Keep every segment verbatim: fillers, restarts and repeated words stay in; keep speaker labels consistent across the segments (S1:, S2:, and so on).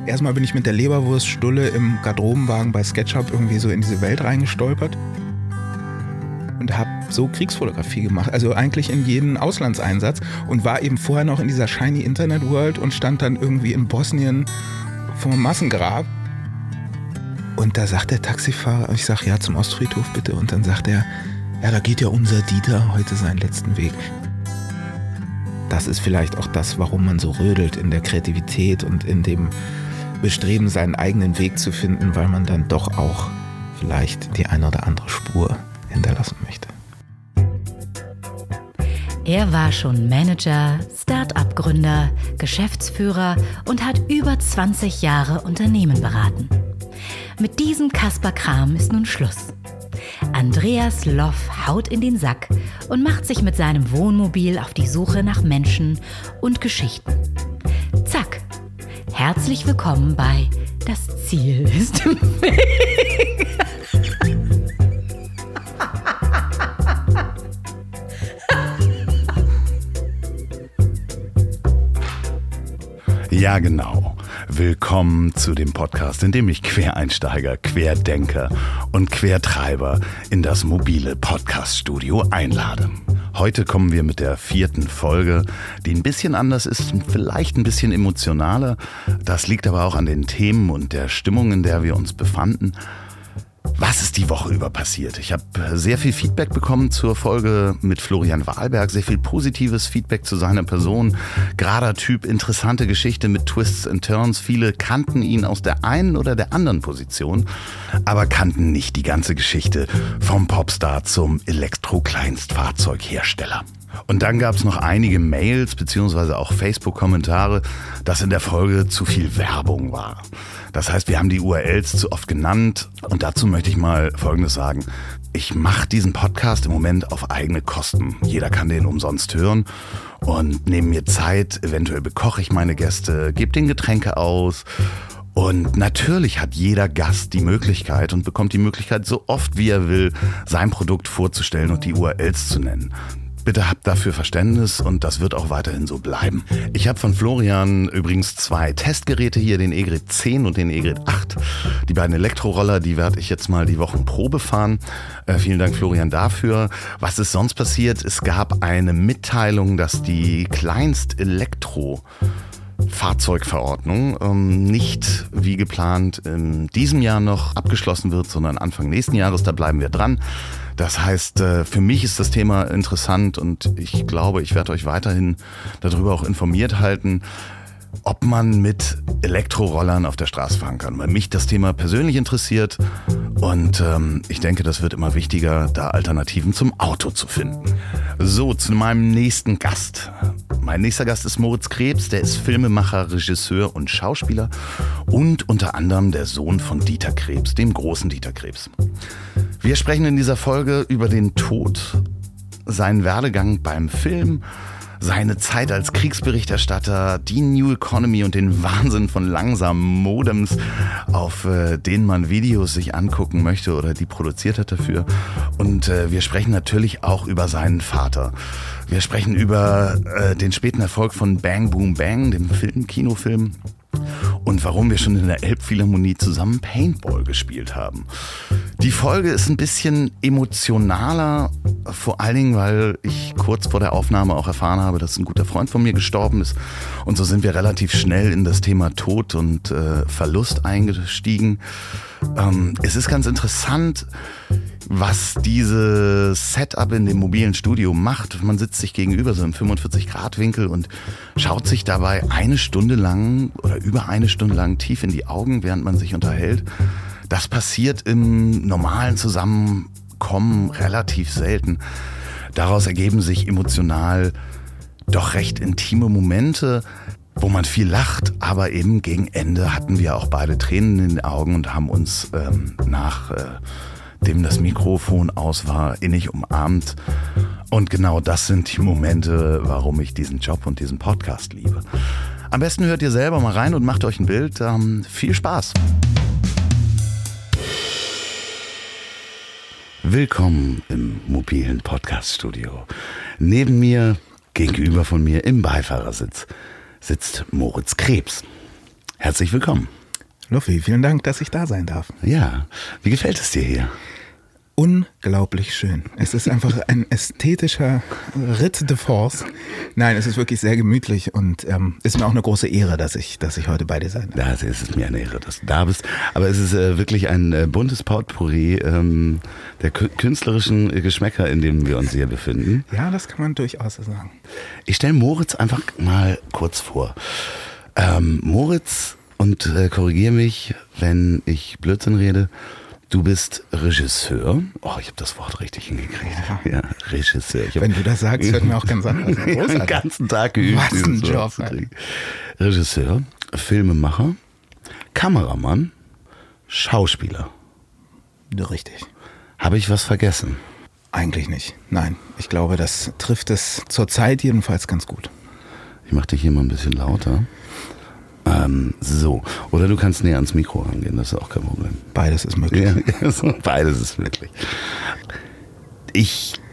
S1: Erstmal bin ich mit der Leberwurststulle im Garderobenwagen bei SketchUp irgendwie so in diese Welt reingestolpert und habe so Kriegsfotografie gemacht, also eigentlich in jeden Auslandseinsatz und war eben vorher noch in dieser shiny Internet World und stand dann irgendwie in Bosnien vor einem Massengrab. Und da sagt der Taxifahrer, ich sage, ja, zum Ostfriedhof bitte. Und dann sagt er, ja, da geht ja unser Dieter heute seinen letzten Weg. Das ist vielleicht auch das, warum man so rödelt in der Kreativität und in dem Bestreben, seinen eigenen Weg zu finden, weil man dann doch auch vielleicht die eine oder andere Spur hinterlassen möchte.
S2: Er war schon Manager, Start-up-Gründer, Geschäftsführer und hat über zwanzig Jahre Unternehmen beraten. Mit diesem Kaspar Kram ist nun Schluss. Andreas Loff haut in den Sack und macht sich mit seinem Wohnmobil auf die Suche nach Menschen und Geschichten. Zack! Herzlich willkommen bei Das Ziel ist im Weg.
S3: Ja, genau. Willkommen zu dem Podcast, in dem ich Quereinsteiger, Querdenker und Quertreiber in das mobile Podcast-Studio einlade. Heute kommen wir mit der vierten Folge, die ein bisschen anders ist und vielleicht ein bisschen emotionaler. Das liegt aber auch an den Themen und der Stimmung, in der wir uns befanden. Was ist die Woche über passiert? Ich habe sehr viel Feedback bekommen zur Folge mit Florian Wahlberg, sehr viel positives Feedback zu seiner Person. Gerader Typ, interessante Geschichte mit Twists and Turns. Viele kannten ihn aus der einen oder der anderen Position, aber kannten nicht die ganze Geschichte vom Popstar zum Elektro-Kleinstfahrzeughersteller. Und dann gab es noch einige Mails bzw. auch Facebook-Kommentare, dass in der Folge zu viel Werbung war. Das heißt, wir haben die U R Ls zu oft genannt und dazu möchte ich mal Folgendes sagen. Ich mache diesen Podcast im Moment auf eigene Kosten. Jeder kann den umsonst hören und nehme mir Zeit, eventuell bekoche ich meine Gäste, gebe den Getränke aus. Und natürlich hat jeder Gast die Möglichkeit und bekommt die Möglichkeit, so oft wie er will, sein Produkt vorzustellen und die U R Ls zu nennen. Bitte habt dafür Verständnis und das wird auch weiterhin so bleiben. Ich habe von Florian übrigens zwei Testgeräte hier, den E-Grid zehn und den E-Grid acht. Die beiden Elektroroller, die werde ich jetzt mal die Wochen Probe fahren. Äh, vielen Dank, Florian, dafür. Was ist sonst passiert? Es gab eine Mitteilung, dass die Kleinst-Elektro Fahrzeugverordnung ähm, nicht wie geplant in diesem Jahr noch abgeschlossen wird, sondern Anfang nächsten Jahres, da bleiben wir dran. Das heißt, äh, für mich ist das Thema interessant und ich glaube, ich werde euch weiterhin darüber auch informiert halten, ob man mit Elektrorollern auf der Straße fahren kann, weil mich das Thema persönlich interessiert und ähm, ich denke, das wird immer wichtiger, da Alternativen zum Auto zu finden. So, zu meinem nächsten Gast. Mein nächster Gast ist Moritz Krebs, der ist Filmemacher, Regisseur und Schauspieler und unter anderem der Sohn von Dieter Krebs, dem großen Dieter Krebs. Wir sprechen in dieser Folge über den Tod, seinen Werdegang beim Film, seine Zeit als Kriegsberichterstatter, die New Economy und den Wahnsinn von langsamen Modems, auf äh, denen man Videos sich angucken möchte oder die produziert hat dafür. Und äh, wir sprechen natürlich auch über seinen Vater. Wir sprechen über äh, den späten Erfolg von Bang Boom Bang, dem Film, Kinofilm. Und warum wir schon in der Elbphilharmonie zusammen Paintball gespielt haben. Die Folge ist ein bisschen emotionaler, vor allen Dingen, weil ich kurz vor der Aufnahme auch erfahren habe, dass ein guter Freund von mir gestorben ist. Und so sind wir relativ schnell in das Thema Tod und äh, Verlust eingestiegen. Ähm, es ist ganz interessant, was dieses Setup in dem mobilen Studio macht. Man sitzt sich gegenüber so im fünfundvierzig Grad Winkel und schaut sich dabei eine Stunde lang oder über eine Stunde lang tief in die Augen, während man sich unterhält. Das passiert im normalen Zusammenkommen relativ selten. Daraus ergeben sich emotional doch recht intime Momente, wo man viel lacht, aber eben gegen Ende hatten wir auch beide Tränen in den Augen und haben uns ähm, nach äh, dem das Mikrofon aus war, innig umarmt. Und genau das sind die Momente, warum ich diesen Job und diesen Podcast liebe. Am besten hört ihr selber mal rein und macht euch ein Bild. Ähm, viel Spaß! Willkommen im mobilen Podcast-Studio. Neben mir, gegenüber von mir im Beifahrersitz, sitzt Moritz Krebs. Herzlich willkommen.
S1: Loffi, vielen Dank, dass ich da sein darf.
S3: Ja, wie gefällt es dir hier?
S1: Unglaublich schön. Es ist einfach ein ästhetischer Ritt de Force. Nein, es ist wirklich sehr gemütlich und ähm, ist mir auch eine große Ehre, dass ich, dass ich heute bei dir sein darf.
S3: Ja, es ist mir eine Ehre, dass du da bist. Aber es ist äh, wirklich ein äh, buntes Potpourri ähm, der kü- künstlerischen Geschmäcker, in dem wir uns hier befinden.
S1: Ja, das kann man durchaus so sagen.
S3: Ich stelle Moritz einfach mal kurz vor. Ähm, Moritz, und äh, korrigiere mich, wenn ich Blödsinn rede, du bist Regisseur. Oh, ich habe das Wort richtig hingekriegt. Ja, ja Regisseur. Ich hab,
S1: wenn du das sagst, wird mir auch ganz anders.
S3: Den ganzen Tag geübt.
S1: Was ein Job.
S3: Regisseur, Filmemacher, Kameramann, Schauspieler.
S1: Richtig.
S3: Habe ich was vergessen?
S1: Eigentlich nicht. Nein, ich glaube, das trifft es zurzeit jedenfalls ganz gut.
S3: Ich mache dich hier mal ein bisschen lauter. Ähm, so, oder du kannst näher ans Mikro rangehen, das ist auch kein Problem.
S1: Beides ist möglich.
S3: Ja, so, beides ist möglich. Ich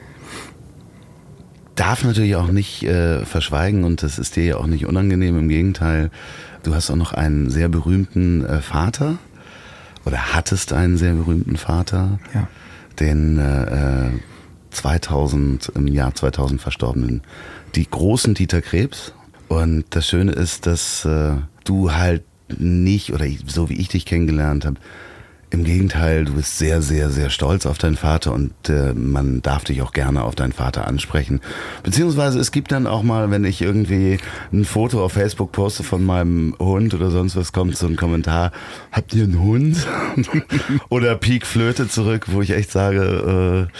S3: darf natürlich auch nicht äh, verschweigen und das ist dir ja auch nicht unangenehm, im Gegenteil, du hast auch noch einen sehr berühmten äh, Vater oder hattest einen sehr berühmten Vater,
S1: ja.
S3: den äh, zweitausend, im Jahr zweitausend verstorbenen, die großen Dieter Krebs. Und das Schöne ist, dass äh, du halt nicht, oder ich, so wie ich dich kennengelernt habe, im Gegenteil, du bist sehr, sehr, sehr stolz auf deinen Vater und äh, man darf dich auch gerne auf deinen Vater ansprechen. Beziehungsweise es gibt dann auch mal, wenn ich irgendwie ein Foto auf Facebook poste von meinem Hund oder sonst was, kommt so ein Kommentar, habt ihr einen Hund? Oder Pik Flöte zurück, wo ich echt sage, äh,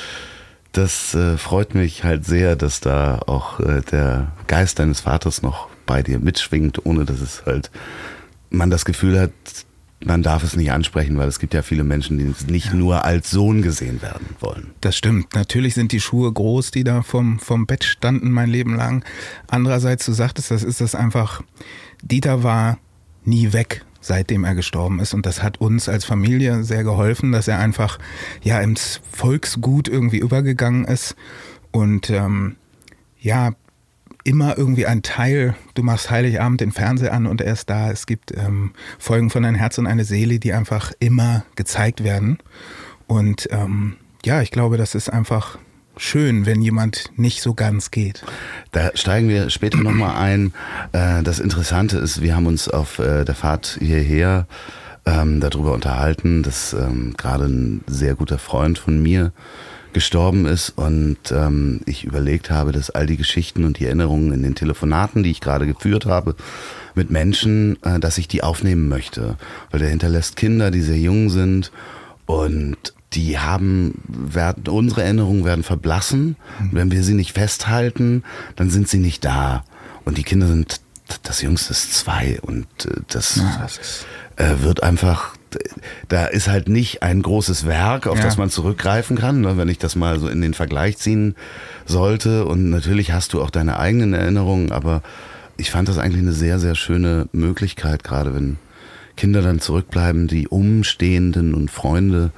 S3: das äh, freut mich halt sehr, dass da auch äh, der Geist deines Vaters noch bei dir mitschwingt, ohne dass es halt man das Gefühl hat, man darf es nicht ansprechen, weil es gibt ja viele Menschen, die nicht ja. nur als Sohn gesehen werden wollen.
S1: Das stimmt. Natürlich sind die Schuhe groß, die da vom, vom Bett standen mein Leben lang. Andererseits, du sagtest, das ist das einfach, Dieter war nie weg, seitdem er gestorben ist. Und das hat uns als Familie sehr geholfen, dass er einfach ja ins Volksgut irgendwie übergegangen ist. Und ähm, ja, immer irgendwie ein Teil, du machst Heiligabend den Fernseher an und er ist da. Es gibt ähm, Folgen von Ein Herz und eine Seele, die einfach immer gezeigt werden. Und ähm, ja, ich glaube, das ist einfach schön, wenn jemand nicht so ganz geht.
S3: Da steigen wir später nochmal ein. Äh, das Interessante ist, wir haben uns auf äh, der Fahrt hierher ähm, darüber unterhalten, dass ähm, gerade ein sehr guter Freund von mir gestorben ist und ähm, ich überlegt habe, dass all die Geschichten und die Erinnerungen in den Telefonaten, die ich gerade geführt habe mit Menschen, äh, dass ich die aufnehmen möchte, weil der hinterlässt Kinder, die sehr jung sind und die haben, werden, unsere Erinnerungen werden verblassen. Mhm. Wenn wir sie nicht festhalten, dann sind sie nicht da. Und die Kinder sind, das Jüngste ist zwei und äh, das,
S1: ja, das ist
S3: äh, wird einfach, da ist halt nicht ein großes Werk, auf ja. das man zurückgreifen kann, ne, wenn ich das mal so in den Vergleich ziehen sollte. Und natürlich hast du auch deine eigenen Erinnerungen, aber ich fand das eigentlich eine sehr, sehr schöne Möglichkeit, gerade wenn Kinder dann zurückbleiben, die Umstehenden und Freunde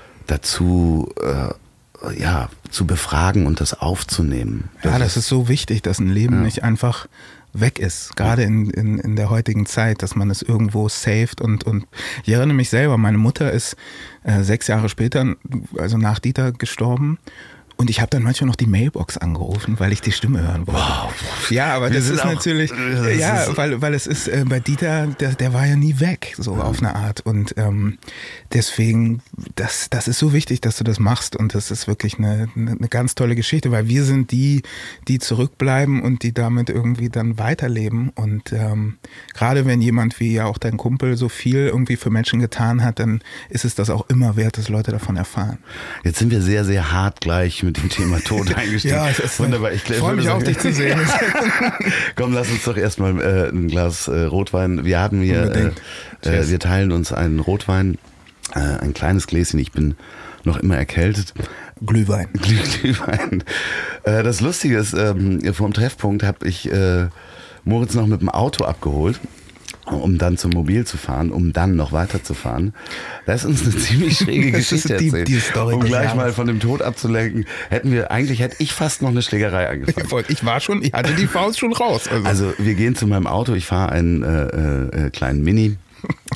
S3: dazu äh, ja, zu befragen und das aufzunehmen.
S1: Das ja, das ist so wichtig, dass ein Leben ja. nicht einfach weg ist, gerade in, in, in der heutigen Zeit, dass man es irgendwo saved und, und ich erinnere mich selber, meine Mutter ist äh, sechs Jahre später, also nach Dieter gestorben. Und ich habe dann manchmal noch die Mailbox angerufen, weil ich die Stimme hören wollte. Wow. Ja, aber das, das ist, ist natürlich, das ja, ist weil, weil es ist äh, bei Dieter, der, der war ja nie weg, so ja. auf eine Art. Und ähm, deswegen, das, das ist so wichtig, dass du das machst. Und das ist wirklich eine, eine, eine ganz tolle Geschichte, weil wir sind die, die zurückbleiben und die damit irgendwie dann weiterleben. Und ähm, gerade wenn jemand wie ja auch dein Kumpel so viel irgendwie für Menschen getan hat, dann ist es das auch immer wert, dass Leute davon erfahren.
S3: Jetzt sind wir sehr, sehr hart gleich mit dem Thema Tod eingestiegen.
S1: Ja, das ist
S3: wunderbar. Ich,
S1: ich freue mich auch, dich zu sehen.
S3: Komm, lass uns doch erstmal äh, ein Glas äh, Rotwein. Wir haben hier, äh, äh, wir teilen uns einen Rotwein, äh, ein kleines Gläschen. Ich bin noch immer erkältet.
S1: Glühwein.
S3: Glühwein. Äh, das Lustige ist, ähm, vom Treffpunkt habe ich äh, Moritz noch mit dem Auto abgeholt, um dann zum Mobil zu fahren, um dann noch weiterzufahren. Das ist uns eine ziemlich schräge Geschichte
S1: die,
S3: erzählt.
S1: Die Story
S3: um gleich mal von dem Tod abzulenken, hätten wir, eigentlich hätte ich fast noch eine Schlägerei angefangen.
S1: Ich war schon, ich hatte die Faust schon raus.
S3: Also, also wir gehen zu meinem Auto, ich fahre einen äh, äh, kleinen Mini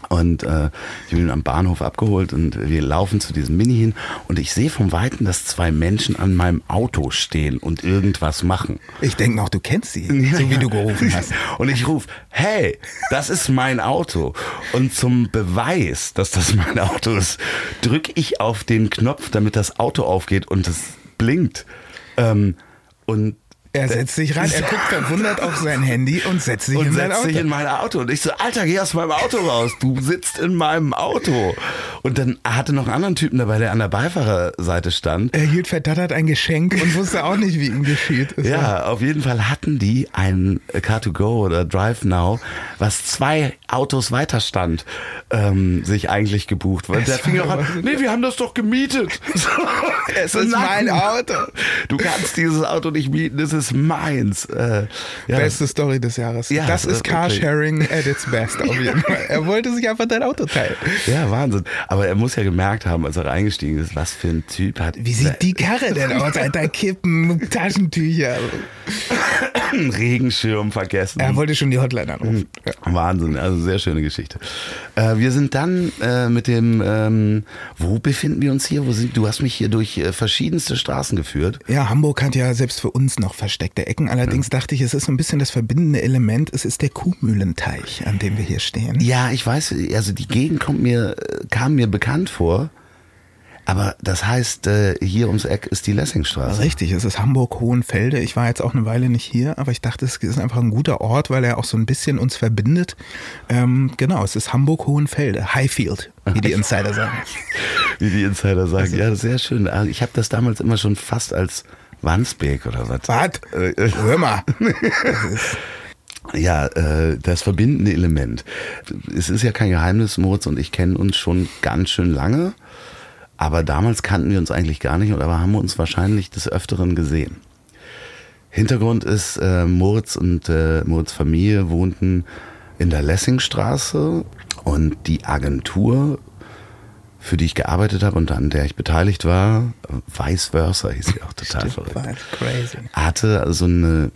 S3: Und äh, ich bin ihn am Bahnhof abgeholt und wir laufen zu diesem Mini hin und ich sehe vom Weiten, dass zwei Menschen an meinem Auto stehen und irgendwas machen.
S1: Ich denke noch, du kennst sie, ja, so wie ja. du gerufen hast.
S3: Und ich rufe, hey, das ist mein Auto. Und zum Beweis, dass das mein Auto ist, drücke ich auf den Knopf, damit das Auto aufgeht und es blinkt. Ähm, und
S1: Er setzt sich rein, er guckt verwundert auf sein Handy und setzt sich
S3: und
S1: in sein
S3: setzt
S1: Auto.
S3: sich in mein Auto. Und ich so, Alter, geh aus meinem Auto raus. Du sitzt in meinem Auto. Und dann hatte noch einen anderen Typen dabei, der an der Beifahrerseite stand.
S1: Er hielt verdattert ein Geschenk und wusste auch nicht, wie ihm geschieht.
S3: Ja, auf jeden Fall hatten die ein Car to Go oder Drive Now, was zwei Autos weiter stand, ähm, sich eigentlich gebucht. Weil der fing auch an, nee, wir haben das doch gemietet.
S1: Es ist mein Auto.
S3: Du kannst dieses Auto nicht mieten, es ist meins. Äh, ja.
S1: Beste Story des Jahres.
S3: Ja,
S1: das ist Carsharing at its best auf jeden Fall. Er wollte sich einfach dein Auto teilen.
S3: Ja, Wahnsinn. Aber er muss ja gemerkt haben, als er eingestiegen ist, was für ein Typ hat.
S1: Wie sieht die Karre denn aus? Alter, Kippen, Taschentücher.
S3: Regenschirm vergessen.
S1: Er wollte schon die Hotline anrufen.
S3: Ja. Wahnsinn, also sehr schöne Geschichte. Äh, wir sind dann äh, mit dem, ähm, wo befinden wir uns hier? Wo sind, du hast mich hier durch äh, verschiedenste Straßen geführt.
S1: Ja, Hamburg hat ja selbst für uns noch versteckte Ecken. Allerdings ja. dachte ich, es ist so ein bisschen das verbindende Element. Es ist der Kuhmühlenteich, an dem wir hier stehen.
S3: Ja, ich weiß, also die Gegend kommt mir, kam mir bekannt vor. Aber das heißt, hier ums Eck ist die Lessingstraße.
S1: Richtig, es ist Hamburg-Hohenfelde. Ich war jetzt auch eine Weile nicht hier, aber ich dachte, es ist einfach ein guter Ort, weil er auch so ein bisschen uns verbindet. Ähm, genau, es ist Hamburg-Hohenfelde, Highfield, wie die Insider sagen.
S3: Wie die Insider sagen, also, ja, sehr schön. Ich habe das damals immer schon fast als Wandsbek oder was.
S1: Was? Hör mal.
S3: Ja, äh, das verbindende Element. Es ist ja kein Geheimnis, Moritz und ich kennen uns schon ganz schön lange. Aber damals kannten wir uns eigentlich gar nicht, aber haben wir uns wahrscheinlich des Öfteren gesehen. Hintergrund ist, äh, Moritz und äh, Moritz' Familie wohnten in der Lessingstraße und die Agentur, für die ich gearbeitet habe und an der ich beteiligt war, Vice Versa hieß sie auch, total
S1: Stimmt,
S3: verrückt,
S1: crazy.
S3: hatte also eine,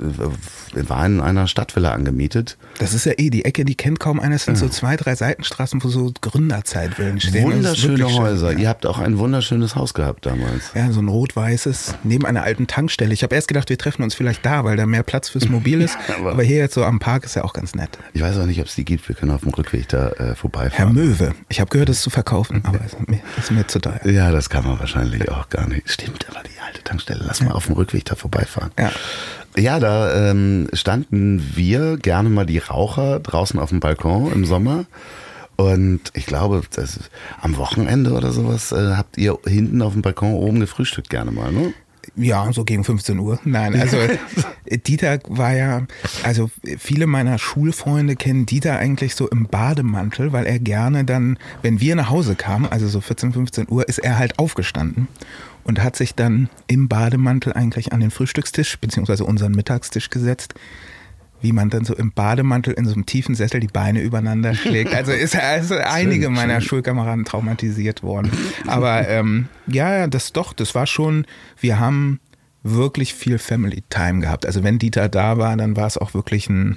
S3: war in einer Stadtvilla angemietet.
S1: Das ist ja eh, die Ecke, die kennt kaum einer. Es sind ja. so zwei, drei Seitenstraßen, wo so Gründerzeitvillen stehen.
S3: Wunderschöne Häuser.
S1: Schön, ja.
S3: Ihr habt auch ein wunderschönes Haus gehabt damals.
S1: Ja, so ein rot-weißes, neben einer alten Tankstelle. Ich habe erst gedacht, wir treffen uns vielleicht da, weil da mehr Platz fürs Mobil ist. Ja, aber, aber hier jetzt so am Park ist ja auch ganz nett.
S3: Ich weiß auch nicht, ob es die gibt. Wir können auf dem Rückweg da äh, vorbeifahren.
S1: Herr Möwe, ich habe gehört, es zu verkaufen, aber es ist mir, ist mir zu teuer.
S3: Ja, das kann man wahrscheinlich auch gar nicht. Stimmt, aber die alte Tankstelle. Lass mal auf dem Rückweg da vorbeifahren.
S1: Ja.
S3: Ja, da ähm, standen wir gerne mal die Raucher draußen auf dem Balkon im Sommer. Und ich glaube, das ist, am Wochenende oder sowas äh, habt ihr hinten auf dem Balkon oben gefrühstückt gerne mal, ne?
S1: Ja, so gegen fünfzehn Uhr. Nein, also Dieter war ja, also viele meiner Schulfreunde kennen Dieter eigentlich so im Bademantel, weil er gerne dann, wenn wir nach Hause kamen, also so vierzehn, fünfzehn Uhr, ist er halt aufgestanden und hat sich dann im Bademantel eigentlich an den Frühstückstisch beziehungsweise unseren Mittagstisch gesetzt, wie man dann so im Bademantel in so einem tiefen Sessel die Beine übereinander schlägt. Also ist also einige meiner Schulkameraden traumatisiert worden. Aber ähm, ja, das doch, das war schon, wir haben wirklich viel Family Time gehabt. Also wenn Dieter da war, dann war es auch wirklich ein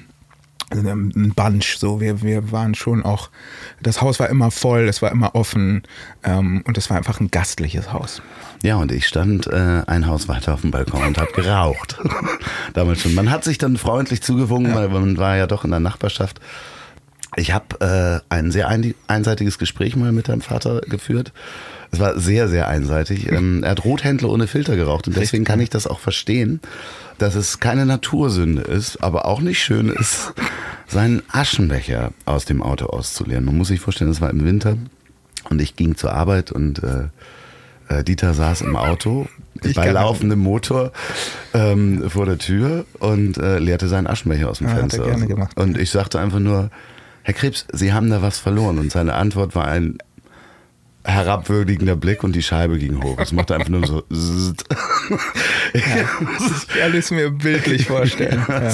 S1: ein Bunch, so wir wir waren schon auch, das Haus war immer voll, es war immer offen ähm, und es war einfach ein gastliches Haus.
S3: Ja, und ich stand äh, ein Haus weiter auf dem Balkon und habe geraucht. Damals schon. Man hat sich dann freundlich zugewunken, ja. weil man war ja doch in der Nachbarschaft. Ich habe äh, ein sehr ein, einseitiges Gespräch mal mit deinem Vater geführt. Es war sehr, sehr einseitig. Ähm, er hat Rothändler ohne Filter geraucht und deswegen kann ich das auch verstehen, dass es keine Natursünde ist, aber auch nicht schön ist, seinen Aschenbecher aus dem Auto auszuleeren. Man muss sich vorstellen, es war im Winter und ich ging zur Arbeit und äh, Dieter saß im Auto ich bei laufendem Motor ähm, vor der Tür und äh, leerte seinen Aschenbecher aus dem ja, Fenster.
S1: Hat er gerne gemacht.
S3: Und ich sagte einfach nur, Herr Krebs, Sie haben da was verloren. Und seine Antwort war ein herabwürdigender Blick und die Scheibe ging hoch. Es machte einfach nur so.
S1: Ja, ich kann es mir bildlich vorstellen. Ja.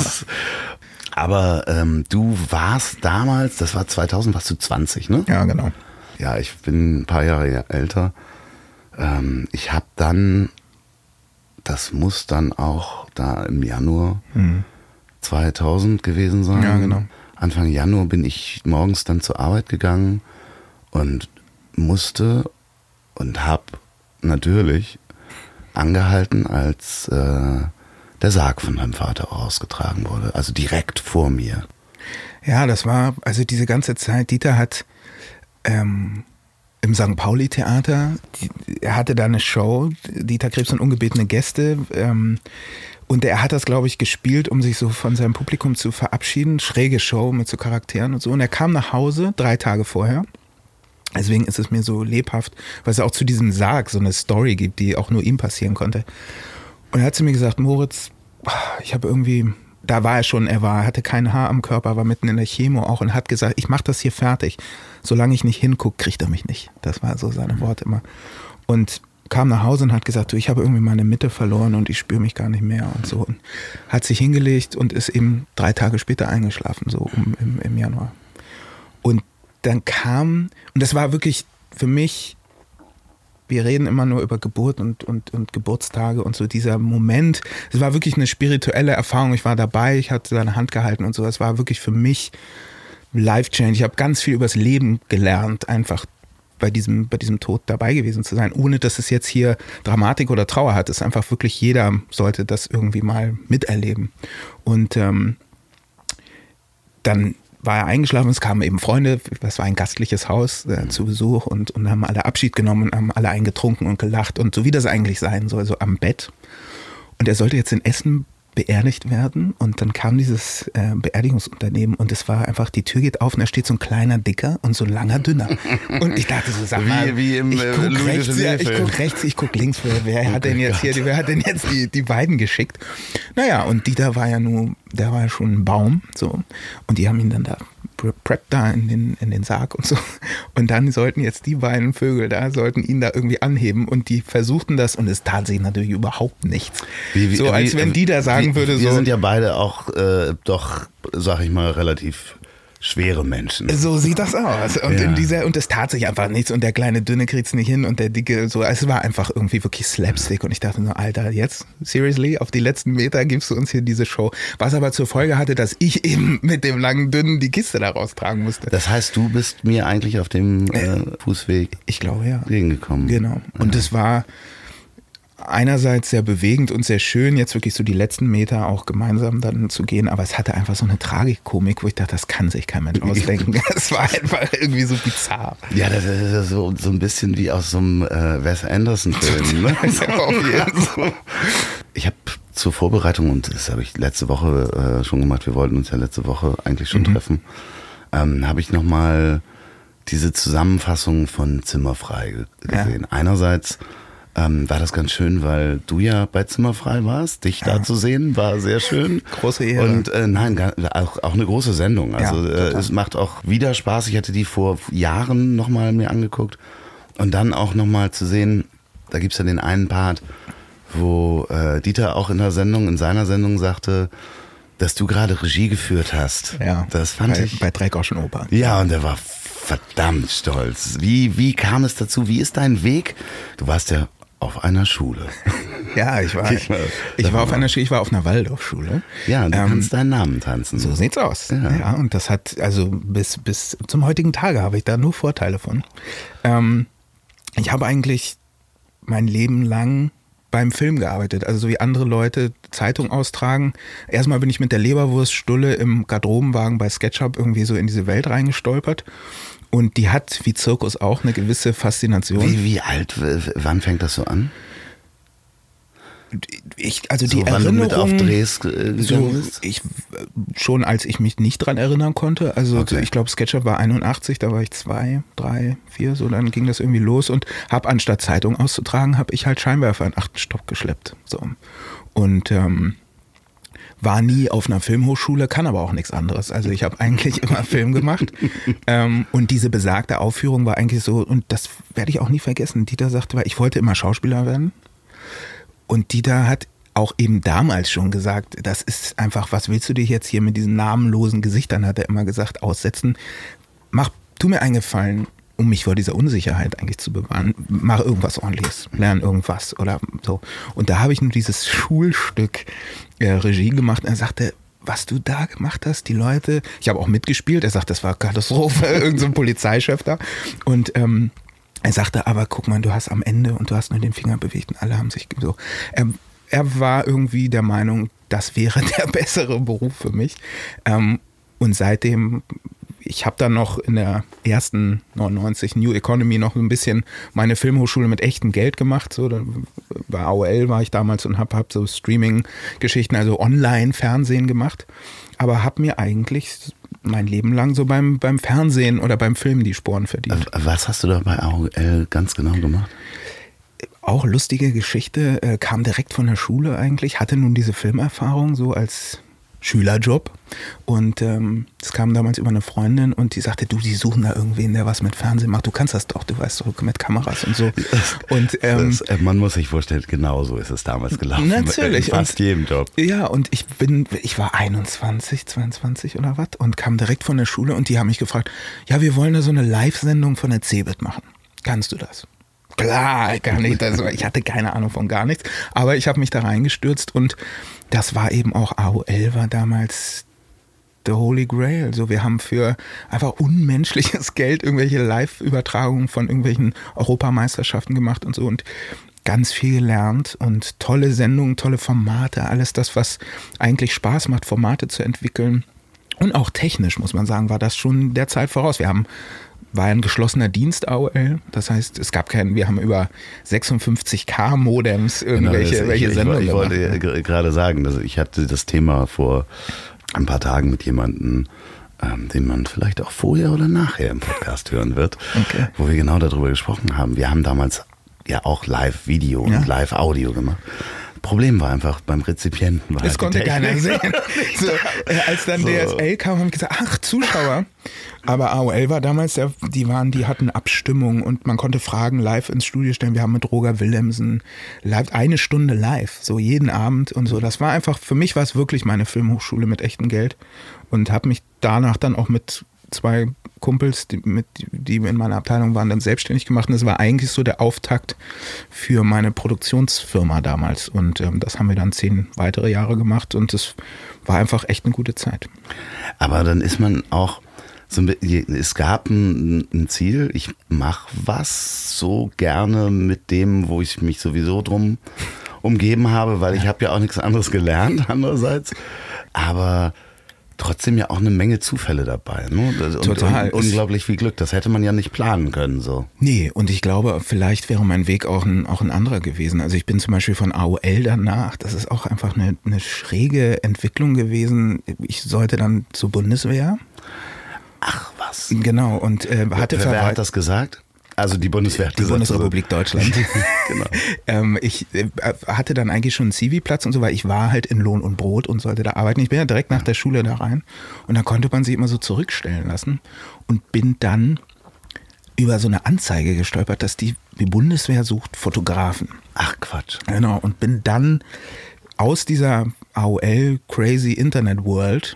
S3: Aber ähm, du warst damals, das war zweitausend, warst du zwanzig, ne?
S1: Ja, genau.
S3: Ja, ich bin ein paar Jahre älter. Ähm, ich habe dann, das muss dann auch da im Januar hm. zweitausend gewesen sein.
S1: Ja, genau.
S3: Anfang Januar bin ich morgens dann zur Arbeit gegangen und musste und habe natürlich angehalten, als äh, der Sarg von meinem Vater rausgetragen wurde. Also direkt vor mir.
S1: Ja, das war, also diese ganze Zeit, Dieter hat ähm, im Sankt Pauli-Theater, die, er hatte da eine Show, Dieter Krebs und ungebetene Gäste, ähm, und er hat das, glaube ich, gespielt, um sich so von seinem Publikum zu verabschieden. Schräge Show mit so Charakteren und so. Und er kam nach Hause, drei Tage vorher. Deswegen ist es mir so lebhaft, weil es auch zu diesem Sarg so eine Story gibt, die auch nur ihm passieren konnte. Und er hat zu mir gesagt, Moritz, ich habe irgendwie, da war er schon, er war, hatte kein Haar am Körper, war mitten in der Chemo auch und hat gesagt, ich mache das hier fertig. Solange ich nicht hingucke, kriegt er mich nicht. Das war so seine Worte immer. Und kam nach Hause und hat gesagt, du, ich habe irgendwie meine Mitte verloren und ich spüre mich gar nicht mehr und so. Und hat sich hingelegt und ist eben drei Tage später eingeschlafen, so um, im, im Januar. Und dann kam, und das war wirklich für mich, wir reden immer nur über Geburt und, und, und Geburtstage und so dieser Moment, es war wirklich eine spirituelle Erfahrung, ich war dabei, ich hatte seine Hand gehalten und so, es war wirklich für mich life-change. Ich habe ganz viel übers Leben gelernt, einfach bei diesem, bei diesem Tod dabei gewesen zu sein, ohne dass es jetzt hier Dramatik oder Trauer hat. Es ist einfach wirklich, jeder sollte das irgendwie mal miterleben. Und ähm, dann war er eingeschlafen, es kamen eben Freunde, das war ein gastliches Haus äh, zu Besuch und, und haben alle Abschied genommen und haben alle eingetrunken und gelacht und so wie das eigentlich sein soll, so am Bett. Und er sollte jetzt in Essen beerdigt werden und dann kam dieses äh, Beerdigungsunternehmen und es war einfach, die Tür geht auf und da steht so ein kleiner Dicker und so ein langer Dünner. Und ich dachte so, sag mal,
S3: wie, wie im,
S1: ich guck
S3: äh,
S1: rechts, ja, ich guck rechts, ich guck links, wer, wer hat denn jetzt hier, wer hat denn jetzt die, die beiden geschickt? Naja, und Dieter war ja nur, der war ja schon ein Baum, so, und die haben ihn dann da preppt da in den, in den Sarg und so. Und dann sollten jetzt die beiden Vögel da, sollten ihn da irgendwie anheben und die versuchten das und es tat sich natürlich überhaupt nichts.
S3: Wie, wie,
S1: so als
S3: wie,
S1: wenn die da sagen
S3: wie,
S1: würde,
S3: wir
S1: so.
S3: sind ja beide auch äh, doch, sag ich mal, relativ schwere Menschen.
S1: So sieht das aus. Und
S3: ja.
S1: in dieser, und es tat sich einfach nichts und der kleine Dünne kriegt's nicht hin und der Dicke, so, es war einfach irgendwie wirklich Slapstick und ich dachte nur, Alter, jetzt, seriously, auf die letzten Meter gibst du uns hier diese Show. Was aber zur Folge hatte, dass ich eben mit dem langen Dünnen die Kiste da raustragen musste.
S3: Das heißt, du bist mir eigentlich auf dem äh, Fußweg
S1: ich glaube, ja.
S3: entgegengekommen.
S1: Genau. Und es war einerseits sehr bewegend und sehr schön, jetzt wirklich so die letzten Meter auch gemeinsam dann zu gehen, aber es hatte einfach so eine Tragikkomik, wo ich dachte, das kann sich kein Mensch ausdenken. Es war einfach irgendwie so bizarr.
S3: Ja, das ist so, so ein bisschen wie aus so einem äh, Wes Anderson-Film. Ne? Ich habe zur Vorbereitung, und das habe ich letzte Woche äh, schon gemacht, wir wollten uns ja letzte Woche eigentlich schon mhm. treffen, ähm, habe ich nochmal diese Zusammenfassung von Zimmerfrei gesehen. Ja. Einerseits Ähm, war das ganz schön, weil du ja bei Zimmerfrei warst. Dich ja. da zu sehen, war sehr schön.
S1: Große Ehre.
S3: Und äh, nein, auch, auch eine große Sendung. Also
S1: ja,
S3: äh, es macht auch wieder Spaß. Ich hatte die vor Jahren nochmal mir angeguckt. Und dann auch nochmal zu sehen, da gibt's ja den einen Part, wo äh, Dieter auch in der Sendung, in seiner Sendung sagte, dass du gerade Regie geführt hast.
S1: Ja,
S3: das fand
S1: bei,
S3: ich.
S1: Bei Dreigroschenoper.
S3: Ja, und der war verdammt stolz. Wie, wie kam es dazu? Wie ist dein Weg? Du warst ja auf einer Schule.
S1: Ja, ich war, ich war, ich war auf einer Schule, ich war auf einer Waldorfschule.
S3: Ja, du
S1: ähm,
S3: kannst deinen Namen tanzen.
S1: So sieht's aus. Ja. ja, und das hat, also bis, bis zum heutigen Tage habe ich da nur Vorteile von. Ähm, ich habe eigentlich mein Leben lang beim Film gearbeitet, also so wie andere Leute Zeitung austragen. Erstmal bin ich mit der Leberwurststulle im Garderobenwagen bei SketchUp irgendwie so in diese Welt reingestolpert. Und die hat, wie Zirkus auch, eine gewisse Faszination.
S3: Wie, wie alt, wann fängt das so an?
S1: Ich, also
S3: so,
S1: die
S3: wann
S1: Erinnerung,
S3: du mit auf Drehs äh,
S1: so,
S3: bist?
S1: ich, schon als ich mich nicht dran erinnern konnte. Also
S3: okay.
S1: ich glaube, SketchUp war einundachtzig, da war ich zwei, drei, vier, so dann ging das irgendwie los und habe anstatt Zeitung auszutragen, habe ich halt Scheinwerfer in achten Stock geschleppt. So. Und ähm, war nie auf einer Filmhochschule, kann aber auch nichts anderes. Also ich habe eigentlich immer Film gemacht. ähm, und diese besagte Aufführung war eigentlich so, und das werde ich auch nie vergessen. Dieter sagte, ich wollte immer Schauspieler werden. Und Dieter hat auch eben damals schon gesagt, das ist einfach, was willst du dich jetzt hier mit diesen namenlosen Gesichtern, hat er immer gesagt, aussetzen. Mach, tu mir einen Gefallen, um mich vor dieser Unsicherheit eigentlich zu bewahren. Mach irgendwas Ordentliches, lern irgendwas oder so. Und da habe ich nur dieses Schulstück äh, Regie gemacht. Und er sagte, was du da gemacht hast, die Leute, ich habe auch mitgespielt, er sagt, das war Katastrophe, irgend so ein Polizeichef da und ähm, er sagte, aber guck mal, du hast am Ende und du hast nur den Finger bewegt und alle haben sich so, er, er war irgendwie der Meinung, das wäre der bessere Beruf für mich ähm, und seitdem, ich habe dann noch in der ersten neunundneunzig New Economy noch ein bisschen meine Filmhochschule mit echtem Geld gemacht. So, dann bei A O L war ich damals und habe hab so Streaming-Geschichten, also Online-Fernsehen gemacht. Aber habe mir eigentlich mein Leben lang so beim, beim Fernsehen oder beim Film die Sporen verdient.
S3: Was hast du da bei A O L ganz genau gemacht?
S1: Auch lustige Geschichte, äh, kam direkt von der Schule eigentlich, hatte nun diese Filmerfahrung so als Schülerjob und ähm, es kam damals über eine Freundin und die sagte, du, die suchen da irgendwen, der was mit Fernsehen macht, du kannst das doch, du weißt doch, mit Kameras und so. Und, ähm,
S3: das, man muss sich vorstellen, genau so ist es damals gelaufen.
S1: Natürlich.
S3: In fast
S1: und,
S3: jedem Job.
S1: Ja, und ich bin, ich war einundzwanzig, zweiundzwanzig oder was und kam direkt von der Schule und die haben mich gefragt, ja, wir wollen da so eine Live-Sendung von der Cebit machen. Kannst du das? Klar, gar nicht. Also ich hatte keine Ahnung von gar nichts, aber ich habe mich da reingestürzt und das war eben auch, A O L war damals the Holy Grail. Also wir haben für einfach unmenschliches Geld irgendwelche Live-Übertragungen von irgendwelchen Europameisterschaften gemacht und so und ganz viel gelernt und tolle Sendungen, tolle Formate, alles das, was eigentlich Spaß macht, Formate zu entwickeln. Und auch technisch, muss man sagen, war das schon der Zeit voraus. Wir haben war ein geschlossener Dienst A O L, das heißt, es gab keinen, wir haben über sechsundfünfzig K Modems irgendwelche
S3: genau,
S1: welche
S3: ich,
S1: Sendungen
S3: ich, ich wollte
S1: gemacht.
S3: gerade sagen, dass ich hatte das Thema vor ein paar Tagen mit jemandem, ähm, den man vielleicht auch vorher oder nachher im Podcast hören wird, okay. Wo wir genau darüber gesprochen haben. Wir haben damals ja auch Live-Video ja. und Live-Audio gemacht. Problem war einfach beim Rezipienten. War
S1: das
S3: halt
S1: konnte keiner sehen. So, äh, als dann so. D S L kam, haben wir gesagt, ach, Zuschauer. Aber A O L war damals, der, die waren, die hatten Abstimmung und man konnte Fragen live ins Studio stellen. Wir haben mit Roger Willemsen live, eine Stunde live, so jeden Abend und so. Das war einfach, für mich war es wirklich meine Filmhochschule mit echtem Geld und habe mich danach dann auch mit zwei Kumpels, die, mit, die in meiner Abteilung waren, dann selbstständig gemacht. Und das war eigentlich so der Auftakt für meine Produktionsfirma damals. Und ähm, das haben wir dann zehn weitere Jahre gemacht und es war einfach echt eine gute Zeit.
S3: Aber dann ist man auch, so, es gab ein, ein Ziel, ich mache was so gerne mit dem, wo ich mich sowieso drum umgeben habe, weil ich habe ja auch nichts anderes gelernt andererseits. Aber trotzdem ja auch eine Menge Zufälle dabei. Ne? Und,
S1: Total.
S3: Und unglaublich viel Glück. Das hätte man ja nicht planen können. So.
S1: Nee, und ich glaube, vielleicht wäre mein Weg auch ein, auch ein anderer gewesen. Also ich bin zum Beispiel von A O L danach, das ist auch einfach eine, eine schräge Entwicklung gewesen. Ich sollte dann zur Bundeswehr.
S3: Ach was.
S1: Genau. Und äh, hatte
S3: Wer, wer hat das gesagt? Also die Bundeswehr hat
S1: Die
S3: gesagt,
S1: Bundesrepublik
S3: so.
S1: Deutschland.
S3: Genau.
S1: ähm, ich äh, hatte dann eigentlich schon einen C V-Platz und so, weil ich war halt in Lohn und Brot und sollte da arbeiten. Ich bin ja direkt nach der Schule da rein und dann konnte man sich immer so zurückstellen lassen und bin dann über so eine Anzeige gestolpert, dass die, die Bundeswehr sucht Fotografen.
S3: Ach Quatsch.
S1: Genau, und bin dann aus dieser A O L Crazy Internet World,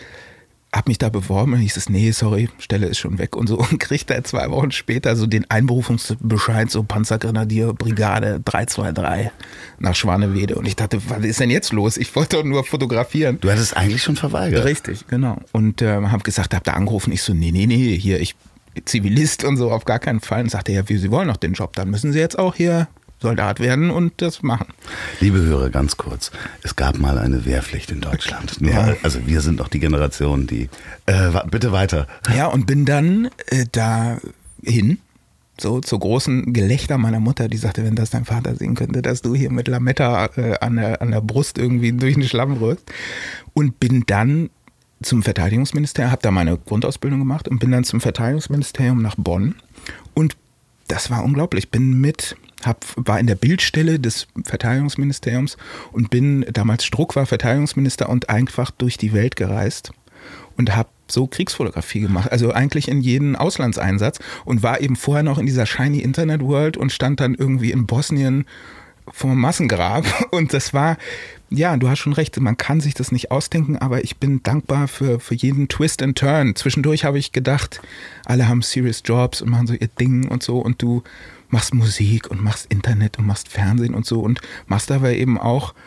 S1: hab mich da beworben und hieß es, nee, sorry, Stelle ist schon weg und so und kriegt da zwei Wochen später so den Einberufungsbescheid, so Panzergrenadier Brigade drei zwei drei nach Schwanewede und ich dachte, was ist denn jetzt los? Ich wollte doch nur fotografieren.
S3: Du hattest eigentlich schon verweigert.
S1: Richtig, genau. Und äh, hab gesagt, hab da angerufen, ich so, nee, nee, nee, hier, ich Zivilist und so, auf gar keinen Fall. Und sagte, ja, wie, Sie wollen noch den Job, dann müssen Sie jetzt auch hier Soldat werden und das machen.
S3: Liebe Hörer, ganz kurz. Es gab mal eine Wehrpflicht in Deutschland. Nur,
S1: ja.
S3: Also wir sind noch die Generation, die... Äh, bitte weiter.
S1: Ja, und bin dann äh, dahin, so zur großen Gelächter meiner Mutter, die sagte, wenn das dein Vater sehen könnte, dass du hier mit Lametta äh, an, der, an der Brust irgendwie durch den Schlamm rührst. Und bin dann zum Verteidigungsministerium, habe da meine Grundausbildung gemacht und bin dann zum Verteidigungsministerium nach Bonn. Und das war unglaublich. Bin mit... Hab, war in der Bildstelle des Verteidigungsministeriums und bin, damals Struck war Verteidigungsminister und einfach durch die Welt gereist und habe so Kriegsfotografie gemacht, also eigentlich in jeden Auslandseinsatz und war eben vorher noch in dieser shiny Internet World und stand dann irgendwie in Bosnien vor einem Massengrab und das war, ja, du hast schon recht, man kann sich das nicht ausdenken, aber ich bin dankbar für, für jeden Twist and Turn. Zwischendurch habe ich gedacht, alle haben serious Jobs und machen so ihr Ding und so und du machst Musik und machst Internet und machst Fernsehen und so und machst aber eben auch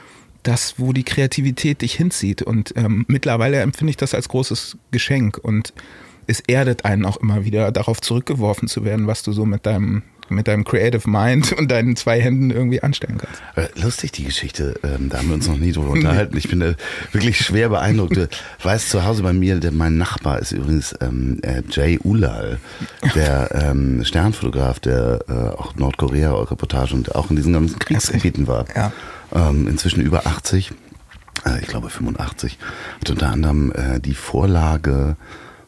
S1: das, wo die Kreativität dich hinzieht. Und ähm, mittlerweile empfinde ich das als großes Geschenk. Und es erdet einen auch immer wieder, darauf zurückgeworfen zu werden, was du so mit deinem, mit deinem Creative Mind und deinen zwei Händen irgendwie anstellen kannst.
S3: Lustig, die Geschichte. Ähm, da haben wir uns noch nie drüber unterhalten. Ich bin äh, wirklich schwer beeindruckt. Du weißt, zu Hause bei mir, der, mein Nachbar ist übrigens ähm, äh, Jay Ulal, der ähm, Sternfotograf, der äh, auch Nordkorea-Reportage und auch in diesen ganzen Kriegsgebieten war.
S1: Ja.
S3: Ähm, inzwischen über achtzig, äh, ich glaube fünfundachtzig, hat unter anderem äh, die Vorlage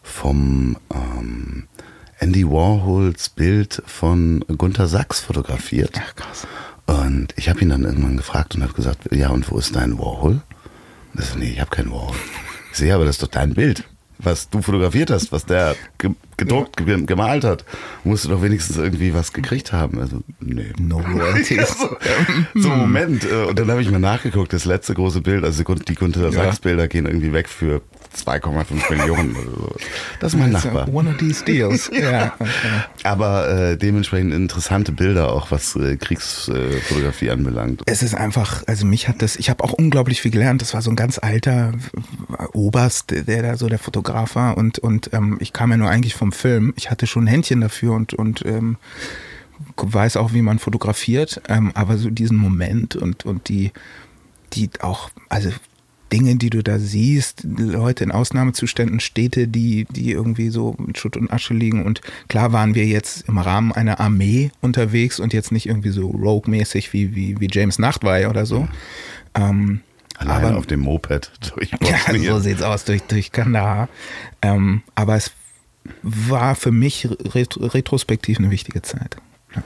S3: vom ähm, Andy Warhols Bild von Gunter Sachs fotografiert.
S1: Ach, krass.
S3: Und ich habe ihn dann irgendwann gefragt und habe gesagt, ja, und wo ist dein Warhol? Und er so, nee, ich habe keinen Warhol. Ich so, ja, aber das ist doch dein Bild, was du fotografiert hast, was der ge- gedruckt, ge- gemalt hat. Musst du doch wenigstens irgendwie was gekriegt haben. Also, nee.
S1: No royalties.
S3: Ja, so, so, Moment. Und dann habe ich mal nachgeguckt, das letzte große Bild, also die Gunter Sachs Bilder gehen irgendwie weg für zwei Komma fünf Millionen oder so. Das ist mein Nachbar.
S1: One of these deals. Ja, okay.
S3: Aber äh, dementsprechend interessante Bilder, auch was äh, Kriegsfotografie äh, anbelangt.
S1: Es ist einfach, also mich hat das, ich habe auch unglaublich viel gelernt. Das war so ein ganz alter Oberst, der da so der Fotograf war. Und, und ähm, ich kam ja nur eigentlich vom Film. Ich hatte schon ein Händchen dafür und, und ähm, weiß auch, wie man fotografiert. Ähm, aber so diesen Moment und, und die, die auch, also Dinge, die du da siehst, Leute in Ausnahmezuständen, Städte, die, die irgendwie so in Schutt und Asche liegen. Und klar waren wir jetzt im Rahmen einer Armee unterwegs und jetzt nicht irgendwie so rogue-mäßig wie, wie, wie James Nachtwey oder so. Ja. Ähm,
S3: Allein
S1: aber,
S3: auf dem Moped durch
S1: Bosnien. Ja, so sieht's aus, durch, durch Kandahar. Ähm, aber es war für mich ret- retrospektiv eine wichtige Zeit. Ja.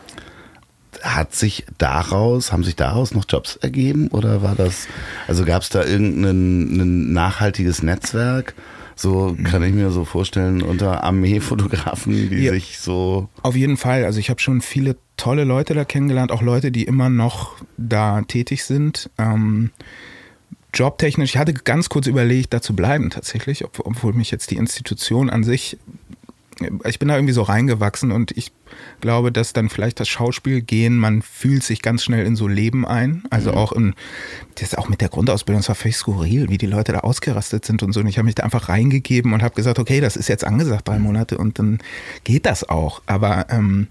S3: Hat sich daraus, haben sich daraus noch Jobs ergeben oder war das, also gab es da irgendein ein nachhaltiges Netzwerk? So kann ich mir so vorstellen, unter Armeefotografen, die ja, sich so...
S1: Auf jeden Fall, also ich habe schon viele tolle Leute da kennengelernt, auch Leute, die immer noch da tätig sind. Ähm, jobtechnisch, ich hatte ganz kurz überlegt, da zu bleiben tatsächlich, obwohl mich jetzt die Institution an sich, ich bin da irgendwie so reingewachsen und ich glaube, dass dann vielleicht das Schauspiel gehen, man fühlt sich ganz schnell in so Leben ein, also mhm. auch in, das ist auch mit der Grundausbildung, das war völlig skurril, wie die Leute da ausgerastet sind und so und ich habe mich da einfach reingegeben und habe gesagt, okay, das ist jetzt angesagt, drei Monate und dann geht das auch, aber ähm,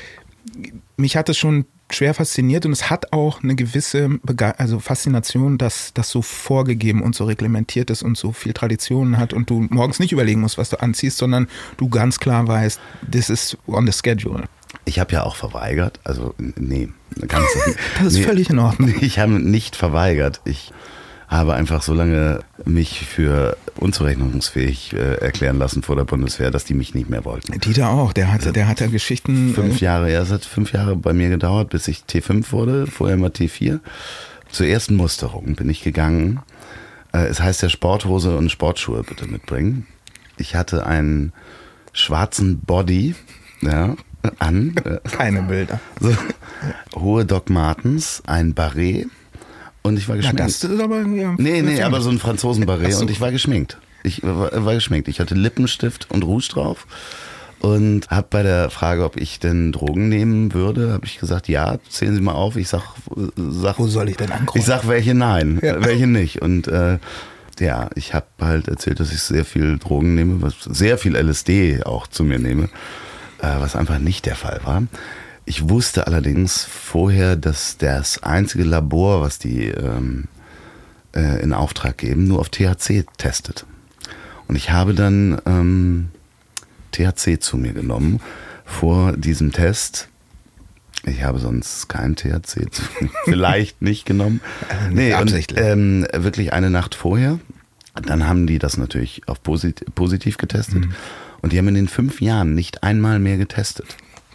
S1: mich hat es schon schwer fasziniert und es hat auch eine gewisse Bege- also Faszination, dass das so vorgegeben und so reglementiert ist und so viel Traditionen hat und du morgens nicht überlegen musst, was du anziehst, sondern du ganz klar weißt, this is on the schedule.
S3: Ich habe ja auch verweigert, also nee, ganz
S1: das ist nee, völlig in Ordnung.
S3: Ich habe nicht verweigert, ich habe einfach so lange mich für unzurechnungsfähig äh, erklären lassen vor der Bundeswehr, dass die mich nicht mehr wollten.
S1: Dieter auch, der hatte, der hatte Geschichten.
S3: Fünf Jahre, ja, es hat fünf Jahre bei mir gedauert, bis ich T fünf wurde, vorher mal T vier. Zur ersten Musterung bin ich gegangen. Äh, es heißt ja Sporthose und Sportschuhe bitte mitbringen. Ich hatte einen schwarzen Body, ja, an. Äh,
S1: Keine Bilder.
S3: So, hohe Doc Martens, ein Barett. Und ich war geschminkt. Ja, das ist aber, ja, nee, nee, aber so ein Franzosen-Barett so. Und ich war geschminkt. Ich war, war geschminkt. Ich hatte Lippenstift und Rouge drauf und habe bei der Frage, ob ich denn Drogen nehmen würde, habe ich gesagt, ja, zählen Sie mal auf. Ich sag, sag
S1: wo soll ich denn ankommen?
S3: Ich sag, welche nein, ja. welche nicht. Und äh, ja, ich habe halt erzählt, dass ich sehr viel Drogen nehme, was, sehr viel L S D auch zu mir nehme, äh, was einfach nicht der Fall war. Ich wusste allerdings vorher, dass das einzige Labor, was die ähm, äh, in Auftrag geben, nur auf T H C testet. Und ich habe dann ähm, T H C zu mir genommen vor diesem Test. Ich habe sonst kein T H C zu, vielleicht nicht genommen.
S1: Äh, nee, absichtlich.
S3: Und, ähm, wirklich eine Nacht vorher. Dann haben die das natürlich auf posit- positiv getestet. Mhm. Und die haben in den fünf Jahren nicht einmal mehr getestet.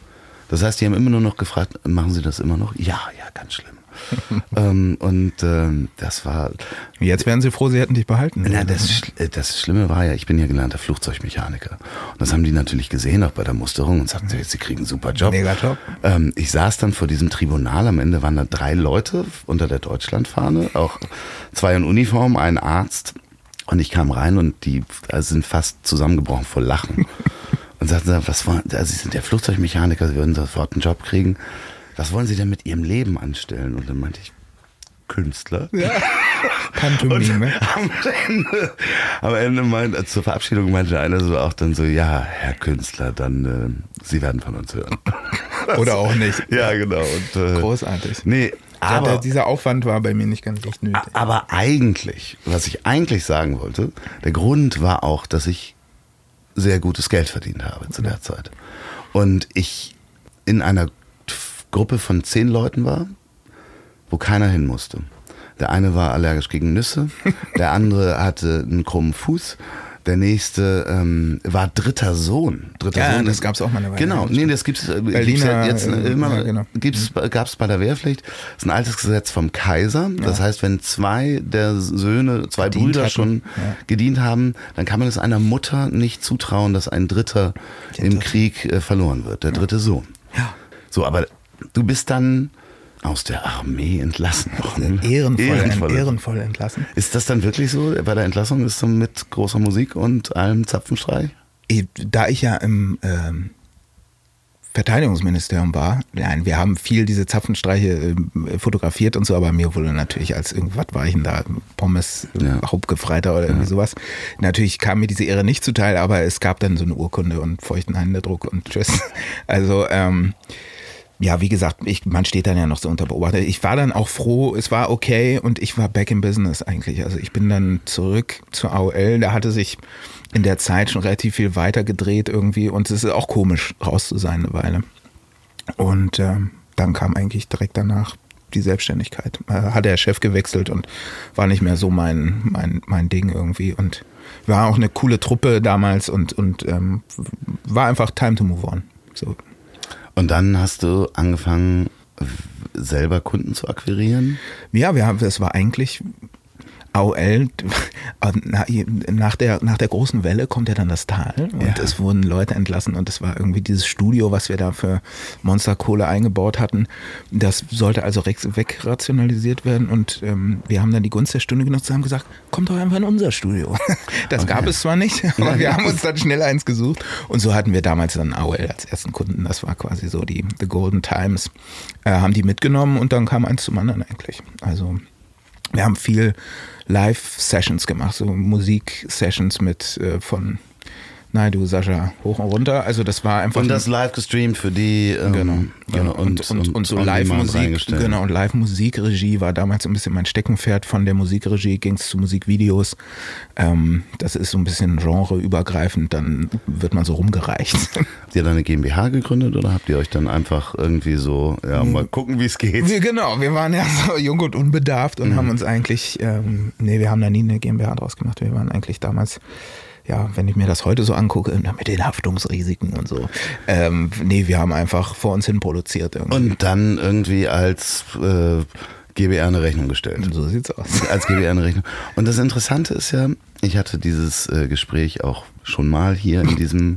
S3: Das heißt, die haben immer nur noch gefragt, machen Sie das immer noch? Ja, ja, ganz schlimm. ähm, und ähm, das war...
S1: Jetzt wären Sie froh, Sie hätten dich behalten.
S3: Na, das, das Schlimme war ja, ich bin ja gelernter Flugzeugmechaniker. Und das haben die natürlich gesehen, auch bei der Musterung, und sagten, Sie kriegen einen super Job.
S1: Mega Job.
S3: Ähm, ich saß dann vor diesem Tribunal, am Ende waren da drei Leute unter der Deutschlandfahne, auch zwei in Uniform, ein Arzt. Und ich kam rein und die also sind fast zusammengebrochen vor Lachen. Und sagten, was wollen, also Sie sind der Flugzeugmechaniker, Sie würden sofort einen Job kriegen. Was wollen Sie denn mit Ihrem Leben anstellen? Und dann meinte ich, Künstler. Ja.
S1: Pantomime.
S3: Am Ende, am Ende meint, äh, zur Verabschiedung meinte einer so auch dann so, ja, Herr Künstler, dann äh, Sie werden von uns hören.
S1: Oder auch nicht.
S3: Ja, genau. Und, äh,
S1: großartig.
S3: Nee,
S1: aber
S3: aber,
S1: ja, dieser Aufwand war bei mir nicht ganz echt nötig.
S3: aber eigentlich, was ich eigentlich sagen wollte, der Grund war auch, dass ich sehr gutes Geld verdient habe zu der Zeit. Und ich in einer Gruppe von zehn Leuten war, wo keiner hin musste. Der eine war allergisch gegen Nüsse, der andere hatte einen krummen Fuß, der nächste ähm, war dritter Sohn. Dritter
S1: Ja,
S3: Sohn
S1: das gab's auch mal eine Weile.
S3: Genau, nee, das gibt's, äh, gibt's
S1: Berliner,
S3: ja jetzt äh, immer,
S1: ja, genau.
S3: gibt's, gab's bei der Wehrpflicht. Das ist ein altes Gesetz vom Kaiser. Das
S1: Ja.
S3: heißt, wenn zwei der Söhne, zwei
S1: Gedient
S3: Brüder
S1: hatten.
S3: schon
S1: Ja.
S3: gedient haben, dann kann man es einer Mutter nicht zutrauen, dass ein Dritter
S1: Der
S3: im
S1: Dritte.
S3: Krieg äh, verloren wird, der dritte Sohn.
S1: Ja.
S3: So, aber du bist dann aus der Armee entlassen worden.
S1: Ehrenvoll,
S3: Ehrenvoll.
S1: ehrenvoll entlassen.
S3: Ist das dann wirklich so? Bei der Entlassung ist es mit großer Musik und allem Zapfenstreich?
S1: Da ich ja im ähm, Verteidigungsministerium war, nein, wir haben viel diese Zapfenstreiche äh, fotografiert und so, aber mir wurde natürlich als irgendwas war ich denn da, Pommes,
S3: Ja.
S1: ja. Hauptgefreiter oder irgendwie
S3: Ja.
S1: sowas. Natürlich kam mir diese Ehre nicht zuteil, aber es gab dann so eine Urkunde und feuchten Händedruck und tschüss. Also, ähm, ja, wie gesagt, ich, man steht dann ja noch so unter Beobachtung. Ich war dann auch froh, es war okay und ich war back in business eigentlich. Also ich bin dann zurück zur A O L, da hatte sich in der Zeit schon relativ viel weiter gedreht irgendwie und es ist auch komisch, raus zu sein eine Weile. Und ähm, dann kam eigentlich direkt danach die Selbstständigkeit. Äh, hat der Chef gewechselt und war nicht mehr so mein, mein, mein Ding irgendwie und war auch eine coole Truppe damals und, und ähm, war einfach time to move on. So.
S3: Und dann hast du angefangen, selber Kunden zu akquirieren?
S1: Ja, wir haben, das war eigentlich A O L, nach der, nach der großen Welle kommt ja dann das Tal und
S3: Ja.
S1: es wurden Leute entlassen und es war irgendwie dieses Studio, was wir da für Monsterkohle eingebaut hatten, das sollte also wegrationalisiert werden und ähm, wir haben dann die Gunst der Stunde genutzt und haben gesagt, kommt doch einfach in unser Studio. Das
S3: Okay.
S1: gab es zwar nicht, aber wir haben uns dann schnell eins gesucht und so hatten wir damals dann A O L als ersten Kunden, das war quasi so die The Golden Times, äh, haben die mitgenommen und dann kam eins zum anderen eigentlich. Also wir haben viel Live-Sessions gemacht, so Musik-Sessions mit äh, von Naidu, Sascha, hoch und runter. Also das war einfach...
S3: Und das live gestreamt für die ähm,
S1: Genau, genau.
S3: äh,
S1: Und, und, und, so
S3: on demand
S1: Live-Musik,
S3: reingestellt.
S1: genau, und Live-Musikregie war damals so ein bisschen mein Steckenpferd. Von der Musikregie ging es zu Musikvideos. Ähm, das ist so ein bisschen genreübergreifend, dann wird man so rumgereicht.
S3: Habt ihr dann eine GmbH gegründet oder habt ihr euch dann einfach irgendwie so, ja, mal gucken, wie es geht?
S1: Wir, genau, wir waren ja so jung und unbedarft und
S3: Mhm.
S1: haben uns eigentlich, ähm, nee, wir haben da nie eine GmbH draus gemacht. Wir waren eigentlich damals, ja, wenn ich mir das heute so angucke, mit den Haftungsrisiken und so. Ähm, nee, wir haben einfach vor uns hin produziert irgendwie.
S3: Und dann irgendwie als äh, GbR eine Rechnung gestellt.
S1: Und so sieht's aus.
S3: Als GbR eine Rechnung. Und das Interessante ist ja, ich hatte dieses äh, Gespräch auch schon mal hier in diesem,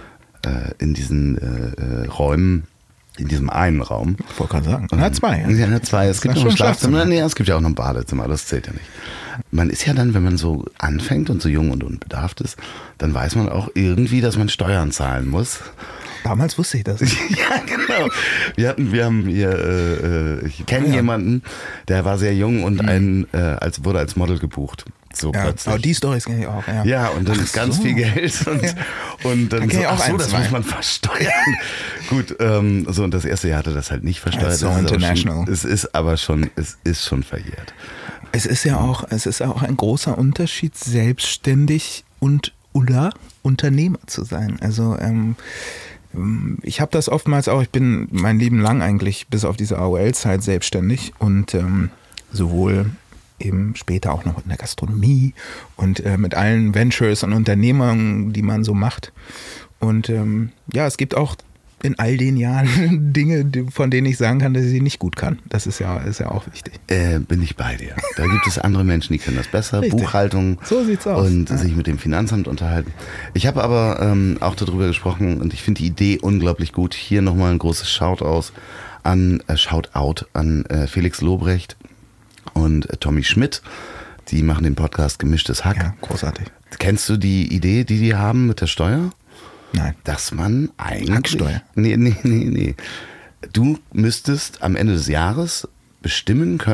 S3: äh, in diesen äh, äh, Räumen, in diesem einen Raum.
S1: Ich wollte gerade sagen. Na, zwei.
S3: Ja, ja zwei. Es gibt
S1: war
S3: noch ein
S1: schon ein
S3: Schlafzimmer.
S1: Schlafzimmer.
S3: Nee, es gibt ja auch noch ein Badezimmer. Das zählt ja nicht. Man ist ja dann, wenn man so anfängt und so jung und unbedarft ist, dann weiß man auch irgendwie, dass man Steuern zahlen muss.
S1: Damals wusste ich das.
S3: Ja, genau. Wir hatten, wir haben hier, äh, äh, ich kenne
S1: Ja.
S3: jemanden, der war sehr jung und ein, äh, als, wurde als Model gebucht. So
S1: Ja,
S3: plötzlich.
S1: aber die Storys kenne ich auch. Ja,
S3: Ja, und dann
S1: Ach
S3: ganz
S1: so.
S3: viel Geld und,
S1: Ja.
S3: und dann
S1: Dann kenn
S3: so,
S1: ich auch
S3: ach so,
S1: ein,
S3: das
S1: zwei.
S3: muss man versteuern. Gut, ähm, so und das erste Jahr hatte das halt nicht versteuert.
S1: Das ist so
S3: Das aber
S1: international.
S3: Schon, es ist aber schon, es ist schon verjährt.
S1: Es ist ja auch, es ist ja auch ein großer Unterschied, selbstständig und oder Unternehmer zu sein. Also ähm, ich habe das oftmals auch, ich bin mein Leben lang eigentlich bis auf diese A O L-Zeit selbstständig und ähm, sowohl eben später auch noch in der Gastronomie und äh, mit allen Ventures und Unternehmungen, die man so macht. Und ähm, ja, es gibt auch in all den Jahren Dinge, die- von denen ich sagen kann, dass ich sie nicht gut kann. Das ist ja, ist ja auch wichtig.
S3: Äh, bin ich bei dir. Da gibt es andere Menschen, die können das besser.
S1: Richtig.
S3: Buchhaltung
S1: So sieht's aus.
S3: und
S1: Ja.
S3: sich mit dem Finanzamt unterhalten. Ich habe aber ähm, auch darüber gesprochen und ich finde die Idee unglaublich gut. Hier nochmal ein großes Shoutout an, äh, Shoutout an äh, Felix Lobrecht und äh, Tommy Schmidt. Die machen den Podcast Gemischtes Hack.
S1: Ja, großartig.
S3: Kennst du die Idee, die die haben mit der Steuer?
S1: Nein.
S3: Dass man eigentlich...
S1: Hacksteuer.
S3: Nee, nee, nee, nee. Du müsstest am Ende des Jahres bestimmen können,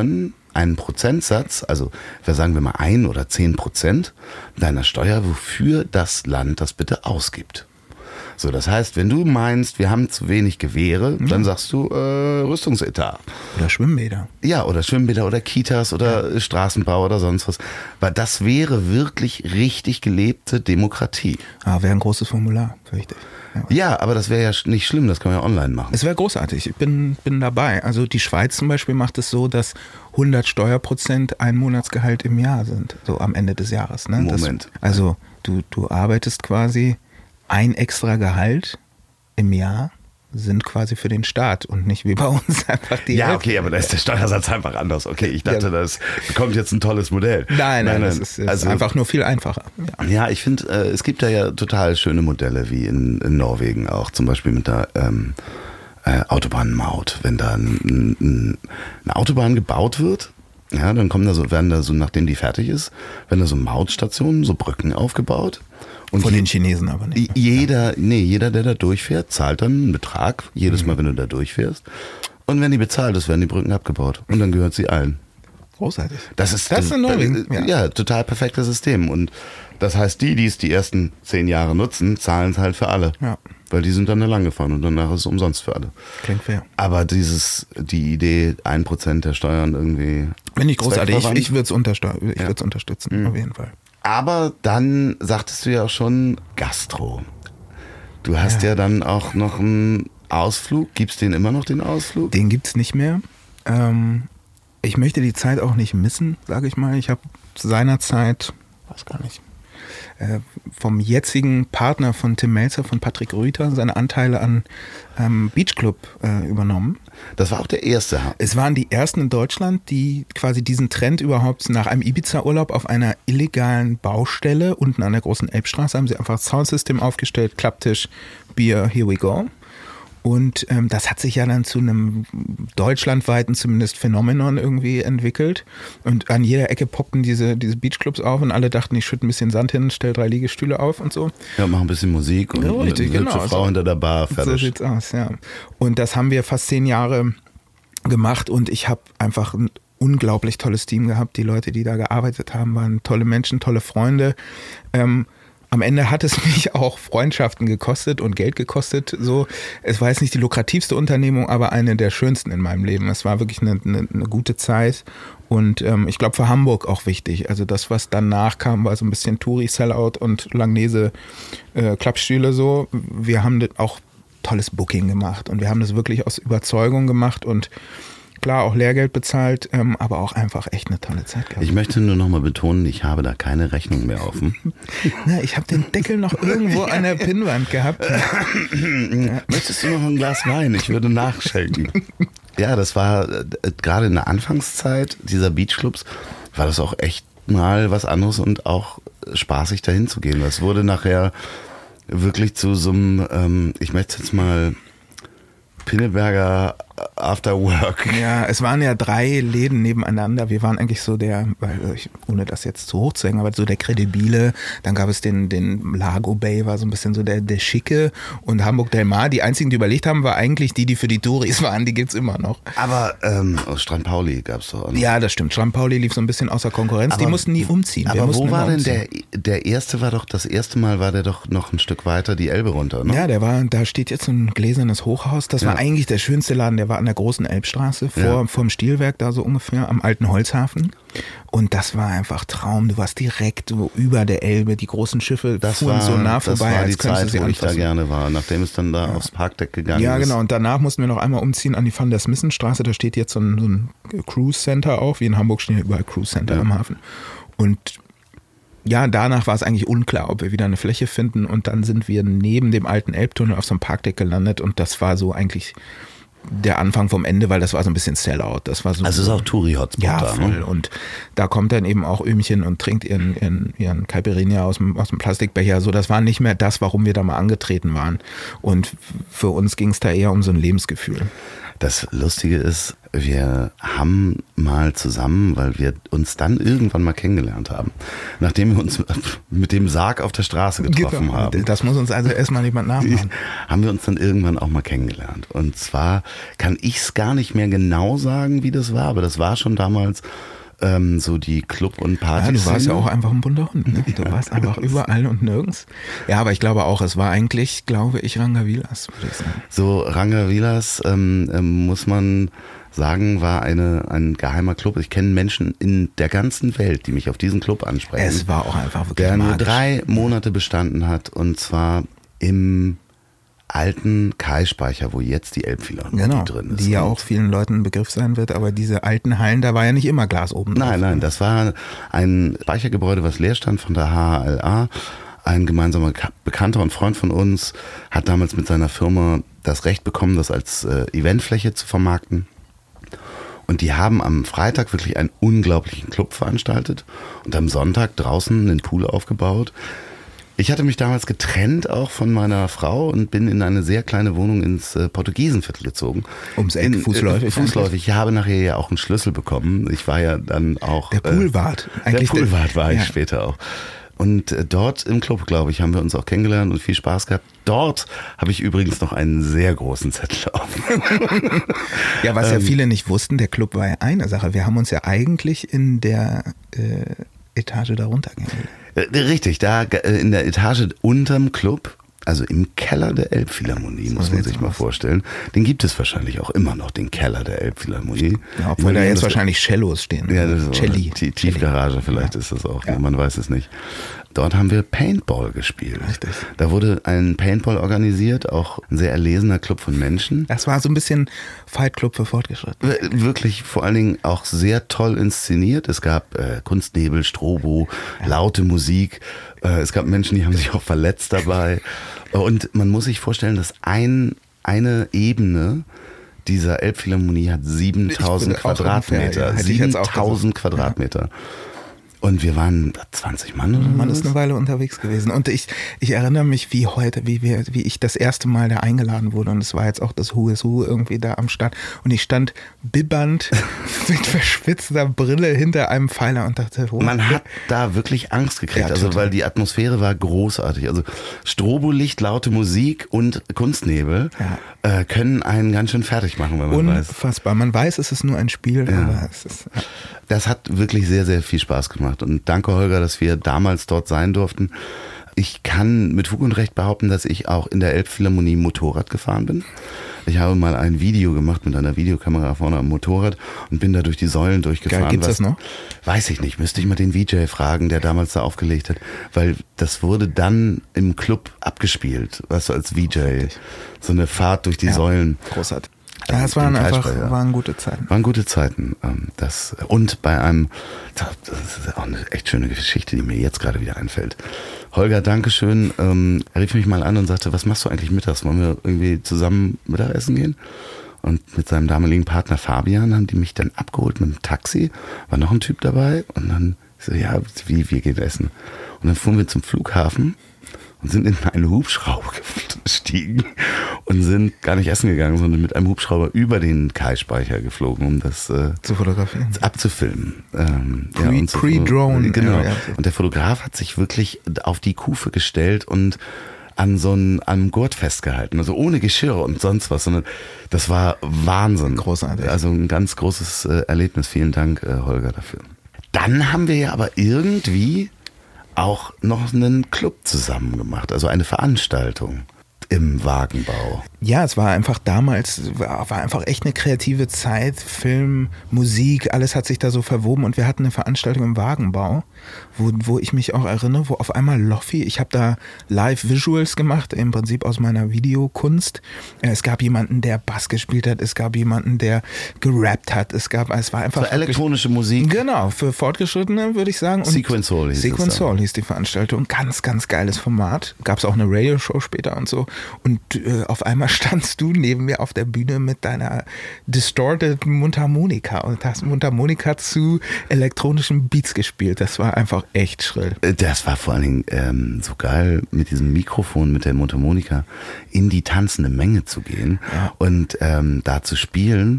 S3: einen Prozentsatz, also sagen wir mal ein oder zehn Prozent deiner Steuer, wofür das Land das bitte ausgibt. So, das heißt, wenn du meinst, wir haben zu wenig Gewehre, ja. dann sagst du äh, Rüstungsetat.
S1: Oder Schwimmbäder.
S3: Ja, oder Schwimmbäder oder Kitas oder ja. Straßenbau oder sonst was. Weil das wäre wirklich richtig gelebte Demokratie.
S1: Ah, wäre ein großes Formular, richtig.
S3: Ja. ja, aber das wäre ja nicht schlimm, das kann man ja online machen.
S1: Es wäre großartig, ich bin, bin dabei. Also die Schweiz zum Beispiel macht es so, dass hundert Steuerprozent ein Monatsgehalt im Jahr sind, so am Ende des Jahres. Ne?
S3: Moment.
S1: Das, also du, du arbeitest quasi ein extra Gehalt im Jahr sind quasi für den Staat und nicht wie bei uns einfach die
S3: Ja,
S1: Hälfte.
S3: okay, aber da ist der Steuersatz einfach anders. Okay, ich dachte, ja. das bekommt jetzt ein tolles Modell.
S1: Nein, nein, nein, das ist, ist also, einfach nur viel einfacher.
S3: Ja, ja ich finde, äh, es gibt da ja total schöne Modelle, wie in, in Norwegen auch, zum Beispiel mit der ähm, äh, Autobahnmaut. Wenn da ein, ein, eine Autobahn gebaut wird, ja, dann kommen da so, werden da so, nachdem die fertig ist, werden da so Mautstationen, so Brücken aufgebaut.
S1: Und von den Chinesen aber nicht.
S3: Jeder, nee, jeder, der da durchfährt, zahlt dann einen Betrag, jedes Mal, wenn du da durchfährst. Und wenn die bezahlt ist, werden die Brücken abgebaut. Und dann gehört sie allen.
S1: Großartig.
S3: Das ist,
S1: das ist in Norwegen.
S3: Ja. ja, total perfektes System. Und das heißt, die, die es die ersten zehn Jahre nutzen, zahlen es halt für alle.
S1: Ja.
S3: Weil die sind dann da lang gefahren und danach ist es umsonst für alle.
S1: Klingt fair.
S3: Aber dieses, die Idee, ein Prozent der Steuern irgendwie.
S1: Finde ich großartig. Ich, ich würde es untersteu- ich
S3: ja.
S1: würd's unterstützen,
S3: mhm.
S1: auf jeden Fall.
S3: Aber dann sagtest du ja auch schon Gastro. Du hast ja, ja dann auch noch einen Ausflug. Gibt es den immer noch, den Ausflug?
S1: Den gibt es nicht mehr. Ähm, ich möchte die Zeit auch nicht missen, sage ich mal. Ich habe seinerzeit, weiß gar nicht, äh, vom jetzigen Partner von Tim Melzer, von Patrick Rüther, seine Anteile an ähm, Beach Club äh, übernommen.
S3: Das war auch der erste.
S1: Es waren die ersten in Deutschland, die quasi diesen Trend überhaupt nach einem Ibiza-Urlaub auf einer illegalen Baustelle unten an der großen Elbstraße haben sie einfach das Soundsystem aufgestellt, Klapptisch, Bier, here we go. Und ähm, das hat sich ja dann zu einem deutschlandweiten zumindest Phänomenon irgendwie entwickelt. Und an jeder Ecke poppten diese, diese Beachclubs auf und alle dachten, ich schütte ein bisschen Sand hin, stell drei Liegestühle auf und so.
S3: Ja, mach ein bisschen Musik und,
S1: ja, richtig,
S3: und eine hübsche
S1: genau.
S3: Frau
S1: so,
S3: hinter der Bar, fertig.
S1: So sieht's aus, ja. Und das haben wir fast zehn Jahre gemacht und ich habe einfach ein unglaublich tolles Team gehabt. Die Leute, die da gearbeitet haben, waren tolle Menschen, tolle Freunde. Ähm, Am Ende hat es mich auch Freundschaften gekostet und Geld gekostet. So, es war jetzt nicht die lukrativste Unternehmung, aber eine der schönsten in meinem Leben. Es war wirklich eine, eine, eine gute Zeit und ähm, ich glaube für Hamburg auch wichtig. Also das, was danach kam, war so ein bisschen Touri-Sellout und Langnese äh, Klappstühle so. Wir haben auch tolles Booking gemacht und wir haben das wirklich aus Überzeugung gemacht und klar, auch Lehrgeld bezahlt, ähm, aber auch einfach echt eine tolle Zeit gehabt.
S3: Ich möchte nur noch mal betonen, ich habe da keine Rechnung mehr offen.
S1: Na, ich habe den Deckel noch irgendwo an der Pinnwand gehabt.
S3: Ja. Möchtest du noch ein Glas Wein? Ich würde nachschenken. Ja, das war äh, gerade in der Anfangszeit dieser Beachclubs, war das auch echt mal was anderes und auch spaßig dahin zu gehen. Das wurde nachher wirklich zu so einem, ähm, ich möchte jetzt mal Pinneberger After Work.
S1: Ja, es waren ja drei Läden nebeneinander. Wir waren eigentlich so der, ich, ohne das jetzt zu hoch zu hängen, aber so der Kredibile. Dann gab es den, den Lago Bay, war so ein bisschen so der, der Schicke. Und Hamburg Del Mar, die einzigen, die überlegt haben, war eigentlich die, die für die Touris waren. Die gibt's immer noch.
S3: Aber ähm, aus Strand Pauli gab's doch auch noch.
S1: Ja, das stimmt. Strand Pauli lief so ein bisschen außer Konkurrenz.
S3: Aber,
S1: die mussten nie umziehen.
S3: Aber
S1: Wir
S3: wo war denn der,
S1: umziehen.
S3: der erste war doch, das erste Mal war der doch noch ein Stück weiter die Elbe runter, ne?
S1: Ja, der war, da steht jetzt so ein gläsernes Hochhaus. Das war
S3: ja.
S1: eigentlich der schönste Laden. Der war an der großen Elbstraße, vor,
S3: ja.
S1: vorm Stilwerk, da so ungefähr, am alten Holzhafen. Und das war einfach Traum. Du warst direkt so über der Elbe, die großen Schiffe
S3: das
S1: fuhren
S3: war,
S1: so nah vorbei,
S3: das war
S1: als
S3: die
S1: könntest
S3: Zeit,
S1: du sie
S3: wo ich
S1: anfassen.
S3: da gerne war, nachdem es dann da ja. aufs Parkdeck gegangen
S1: ja,
S3: ist.
S1: Ja, genau. Und danach mussten wir noch einmal umziehen an die Van der Smissen-Straße. Da steht jetzt so ein, so ein Cruise Center auf. Wie in Hamburg stehen ja überall Cruise Center
S3: ja.
S1: am Hafen. Und ja, danach war es eigentlich unklar, ob wir wieder eine Fläche finden. Und dann sind wir neben dem alten Elbtunnel auf so einem Parkdeck gelandet. Und das war so eigentlich der Anfang vom Ende, weil das war so ein bisschen Sellout. Das war so,
S3: also es ist auch Touri-Hotspot
S1: ja,
S3: da,
S1: voll.
S3: Ne?
S1: Und da kommt dann eben auch Öhmchen und trinkt ihren, ihren, ihren Caipirinha aus dem, aus dem Plastikbecher. So, das war nicht mehr das, warum wir da mal angetreten waren. Und für uns ging es da eher um so ein Lebensgefühl.
S3: Das Lustige ist, Wir haben mal zusammen, weil wir uns dann irgendwann mal kennengelernt haben, nachdem wir uns mit dem Sarg auf der Straße getroffen
S1: genau.
S3: haben.
S1: Das muss uns also erstmal jemand nachmachen.
S3: Haben wir uns dann irgendwann auch mal kennengelernt. Und zwar kann ich es gar nicht mehr genau sagen, wie das war, aber das war schon damals ähm, so die Club- und Party.
S1: Ja, du warst ja auch einfach ein bunter Hund. Ne? Du
S3: ja,
S1: warst einfach überall und nirgends. Ja, aber ich glaube auch, es war eigentlich, glaube ich, Rangavilas, würde ich sagen.
S3: So, Rangavilas ähm, ähm, muss man sagen, war eine, ein geheimer Club. Ich kenne Menschen in der ganzen Welt, die mich auf diesen Club ansprechen.
S1: Es war auch einfach wirklich
S3: der nur
S1: magisch.
S3: drei Monate bestanden hat, und zwar im alten Kai-Speicher, wo jetzt die Elbphilharmonie
S1: genau,
S3: drin ist.
S1: Die ja
S3: Und
S1: auch vielen Leuten ein Begriff sein wird, aber diese alten Hallen, da war ja nicht immer Glas oben drauf.
S3: Nein, nein, das war ein Speichergebäude, was leer stand von der H H L A. Ein gemeinsamer Bekannter und Freund von uns hat damals mit seiner Firma das Recht bekommen, das als äh, Eventfläche zu vermarkten. Und die haben am Freitag wirklich einen unglaublichen Club veranstaltet und am Sonntag draußen einen Pool aufgebaut. Ich hatte mich damals getrennt auch von meiner Frau und bin in eine sehr kleine Wohnung ins äh, Portugiesenviertel gezogen.
S1: Ums Eck,
S3: in,
S1: fußläufig.
S3: Äh, fußläufig. Ich habe nachher ja auch einen Schlüssel bekommen. Ich war ja dann auch...
S1: Der Poolwart.
S3: Äh, der Poolwart war ich
S1: ja.
S3: später auch. Und äh, dort im Club, glaube ich, haben wir uns auch kennengelernt und viel Spaß gehabt. Dort habe ich übrigens noch einen sehr großen Zettel auf.
S1: Ja, was ja
S3: Ähm,
S1: viele nicht wussten, der Club war ja eine Sache. Wir haben uns ja eigentlich in der äh, Etage darunter kennengelernt.
S3: Äh, Richtig, da äh, in der Etage unterm Club, also im Keller der Elbphilharmonie, muss man sich mal vorstellen. Den gibt es wahrscheinlich auch immer noch, den Keller der Elbphilharmonie.
S1: Ja, obwohl da jetzt wahrscheinlich Cellos stehen.
S3: Ja, das ist
S1: Celli.
S3: Die Tiefgarage vielleicht ist das auch,
S1: Ja.
S3: man weiß es nicht. Dort haben wir Paintball gespielt.
S1: Richtig.
S3: Da wurde ein Paintball organisiert, auch ein sehr erlesener Club von Menschen.
S1: Das war so ein bisschen Fight Club für Fortgeschrittene.
S3: Wir- Wirklich vor allen Dingen auch sehr toll inszeniert. Es gab äh, Kunstnebel, Strobo, laute Musik. Äh, es gab Menschen, die haben sich auch verletzt dabei. Und man muss sich vorstellen, dass ein, eine Ebene dieser Elbphilharmonie hat siebentausend
S1: Ich bin auch
S3: Quadratmeter.
S1: ungefähr, ja, hätte ich jetzt auch
S3: siebentausend
S1: gesagt.
S3: Quadratmeter. Und wir waren zwanzig Mann oder
S1: Man
S3: so.
S1: ist eine Weile unterwegs gewesen. Und ich, ich erinnere mich wie heute, wie wir, wie ich das erste Mal da eingeladen wurde. Und es war jetzt auch das Who is Who irgendwie da am Start. Und ich stand bibbernd mit verschwitzter Brille hinter einem Pfeiler und dachte, oh,
S3: Man hat da wirklich Angst gekriegt,
S1: Ja,
S3: also
S1: total.
S3: weil die Atmosphäre war großartig. Also Strobolicht, laute Musik und Kunstnebel
S1: Ja.
S3: äh, können einen ganz schön fertig machen, wenn man weiß.
S1: unfassbar. Man weiß, es ist nur ein Spiel,
S3: Ja.
S1: aber es ist. Ja.
S3: Das hat wirklich sehr, sehr viel Spaß gemacht. Und danke, Holger, dass wir damals dort sein durften. Ich kann mit Fug und Recht behaupten, dass ich auch in der Elbphilharmonie Motorrad gefahren bin. Ich habe mal ein Video gemacht mit einer Videokamera vorne am Motorrad und bin da durch die Säulen durchgefahren.
S1: Geil, gibt's
S3: was-
S1: das noch?
S3: Weiß ich nicht. Müsste ich mal den V J fragen, der damals da aufgelegt hat. Weil das wurde dann im Club abgespielt, weißt du, als V J. So eine Fahrt durch die
S1: Ja.
S3: Säulen.
S1: Großartig.
S3: Also
S1: Ja, es waren
S3: den
S1: einfach
S3: Kreisspeicher.
S1: waren gute Zeiten.
S3: Waren gute Zeiten. ähm, Das, und bei einem, das ist auch eine echt schöne Geschichte, die mir jetzt gerade wieder einfällt. Holger, Dankeschön. Ähm, er rief mich mal an und sagte, was machst du eigentlich mittags? Wollen wir irgendwie zusammen Mittagessen gehen? Und mit seinem damaligen Partner Fabian haben die mich dann abgeholt mit dem Taxi. War noch ein Typ dabei. Und dann, ich so, ja, wie, wir gehen essen. Und dann fuhren wir zum Flughafen und sind in einen Hubschrauber gestiegen und sind gar nicht essen gegangen, sondern mit einem Hubschrauber über den Kai-Speicher geflogen, um das äh,
S1: Zu fotografieren.
S3: abzufilmen. Ähm,
S1: Pre-
S3: und so-
S1: Pre-Drone,
S3: Genau.
S1: ja, ja.
S3: Und der Fotograf hat sich wirklich auf die Kufe gestellt und an so einem am Gurt festgehalten, also ohne Geschirr und sonst was, sondern das war Wahnsinn.
S1: Großartig.
S3: Also ein ganz großes äh, Erlebnis. Vielen Dank, äh, Holger, dafür. Dann haben wir ja aber irgendwie auch noch einen Club zusammen gemacht, also eine Veranstaltung im Wagenbau.
S1: Ja, es war einfach damals, war, war einfach echt eine kreative Zeit, Film, Musik, alles hat sich da so verwoben und wir hatten eine Veranstaltung im Wagenbau, wo, wo ich mich auch erinnere, wo auf einmal Loffi, ich habe da Live-Visuals gemacht, im Prinzip aus meiner Videokunst. Es gab jemanden, der Bass gespielt hat, es gab jemanden, der gerappt hat, es gab, es war einfach...
S3: So elektronische Musik.
S1: Genau, für Fortgeschrittene würde ich sagen. Und
S3: Sequence Soul hieß es
S1: Sequence
S3: dann.
S1: Soul hieß die Veranstaltung. Ganz, ganz geiles Format. Gab es auch eine Radio-Show später und so. Und äh, auf einmal standst du neben mir auf der Bühne mit deiner distorted Mundharmonika und hast Mundharmonika zu elektronischen Beats gespielt. Das war einfach echt schrill.
S3: Das war vor allen Dingen ähm, so geil, mit diesem Mikrofon, mit der Mundharmonika in die tanzende Menge zu gehen
S1: Ja.
S3: und ähm, da zu spielen.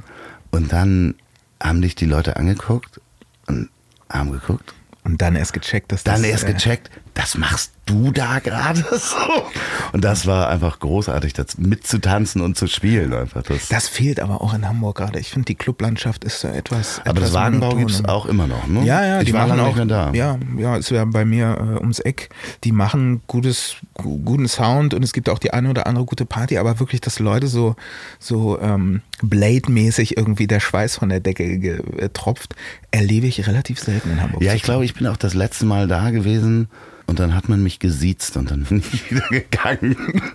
S3: Und dann haben dich die Leute angeguckt und haben geguckt.
S1: Und dann erst gecheckt, dass das...
S3: Dann erst gecheckt, das machst du da gerade so. Und das war einfach großartig, das mitzutanzen und zu spielen einfach. Das,
S1: das fehlt aber auch in Hamburg gerade. Ich finde, die Clublandschaft ist da etwas...
S3: Aber
S1: etwas
S3: das Wagenbau gibt es auch immer noch, ne?
S1: Ja, ja,
S3: ich
S1: die
S3: war
S1: machen
S3: lange
S1: auch,
S3: nicht mehr da.
S1: Ja, ja, ist ja bei mir äh, ums Eck. Die machen gutes, guten Sound und es gibt auch die eine oder andere gute Party, aber wirklich, dass Leute so, so ähm, Blade-mäßig irgendwie der Schweiß von der Decke getropft, erlebe ich relativ selten in Hamburg.
S3: Ja, ich glaube, ich bin auch das letzte Mal da gewesen und dann hat man mich gesiezt und dann bin ich wieder gegangen.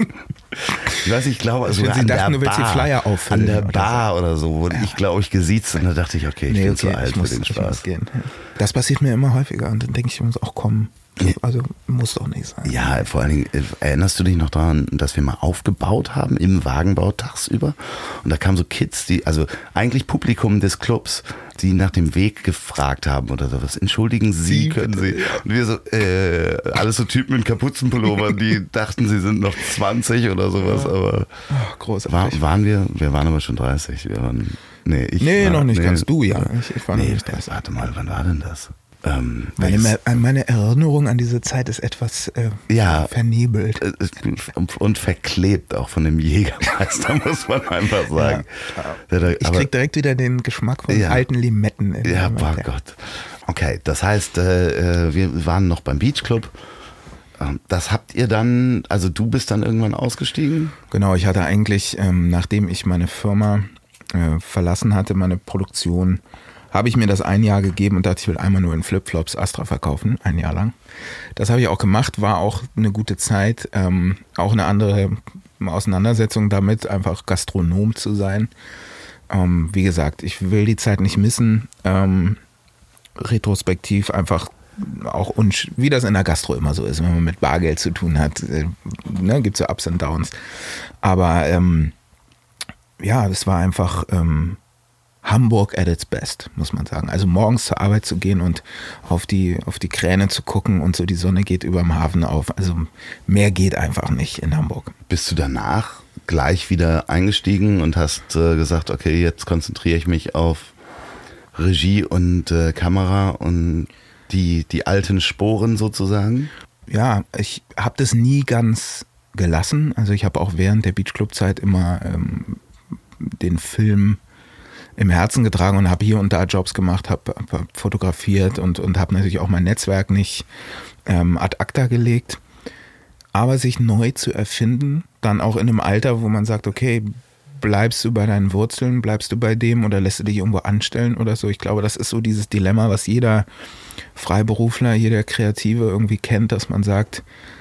S3: Ich weiß, ich glaube, also
S1: an
S3: an
S1: dachten,
S3: der
S1: du willst
S3: Bar,
S1: die Flyer auffüllen
S3: an der
S1: oder
S3: Bar
S1: so.
S3: oder so wurde
S1: Ja.
S3: ich, glaube ich, gesiezt und da dachte ich, okay, ich
S1: nee,
S3: bin
S1: okay,
S3: zu alt
S1: ich muss,
S3: für den
S1: ich
S3: Spaß.
S1: muss gehen. Das passiert mir immer häufiger und dann denke ich uns auch, komm, also muss doch nicht sein.
S3: Ja, vor allen Dingen, erinnerst du dich noch daran, dass wir mal aufgebaut haben im Wagenbau tagsüber? Und da kamen so Kids, die, also eigentlich Publikum des Clubs, die nach dem Weg gefragt haben oder sowas. Entschuldigen Sie,
S1: Sie
S3: können
S1: bitte,
S3: Sie?
S1: ja.
S3: Und wir so, äh, alles so Typen mit Kapuzenpullovern, die dachten, sie sind noch zwanzig oder sowas, aber
S1: Ach,
S3: war,
S1: großartig.
S3: waren wir, wir waren aber schon dreißig. Wir waren, nee, ich
S1: Nee,
S3: war,
S1: noch nicht
S3: nee,
S1: ganz. Du, ja. Ich, ich war noch
S3: Nee,
S1: nicht dreißig.
S3: warte mal, wann war denn das? Ähm,
S1: Meine,
S3: welches-
S1: meine Erinnerung an diese Zeit ist etwas äh,
S3: Ja.
S1: vernebelt.
S3: und verklebt auch von dem Jägermeister, muss man einfach sagen. Der da-
S1: Ich
S3: aber-
S1: krieg direkt wieder den Geschmack von
S3: Ja.
S1: alten Limetten. in
S3: Ja,
S1: meinem
S3: boah
S1: Mund.
S3: Gott. Okay, das heißt, äh, wir waren noch beim Beach Club. Ähm, Das habt ihr dann, also du bist dann irgendwann ausgestiegen?
S1: Genau, ich hatte eigentlich, ähm, nachdem ich meine Firma äh, verlassen hatte, meine Produktion, habe ich mir das ein Jahr gegeben und dachte, ich will einmal nur in Flipflops Astra verkaufen, ein Jahr lang. Das habe ich auch gemacht, war auch eine gute Zeit, ähm, auch eine andere Auseinandersetzung damit, einfach Gastronom zu sein. Ähm, wie gesagt, ich will die Zeit nicht missen. Ähm, retrospektiv einfach auch, unsch- wie das in der Gastro immer so ist, wenn man mit Bargeld zu tun hat, äh, ne, gibt es ja Ups und Downs. Aber ähm, ja, das war einfach ähm, Hamburg at its best, muss man sagen. Also morgens zur Arbeit zu gehen und auf die, auf die Kräne zu gucken und so die Sonne geht über dem Hafen auf. Also mehr geht einfach nicht in Hamburg.
S3: Bist du danach gleich wieder eingestiegen und hast äh, gesagt, okay, jetzt konzentriere ich mich auf Regie und äh, Kamera und die, die alten Sporen sozusagen?
S1: Ja, ich habe das nie ganz gelassen. Also ich habe auch während der Beach Club Zeit immer ähm, den Film im Herzen getragen und habe hier und da Jobs gemacht, habe hab fotografiert und, und habe natürlich auch mein Netzwerk nicht ähm, ad acta gelegt. Aber sich neu zu erfinden, dann auch in einem Alter, wo man sagt, okay, bleibst du bei deinen Wurzeln, bleibst du bei dem oder lässt du dich irgendwo anstellen oder so. Ich glaube, das ist so dieses Dilemma, was jeder Freiberufler, jeder Kreative irgendwie kennt, dass man sagt,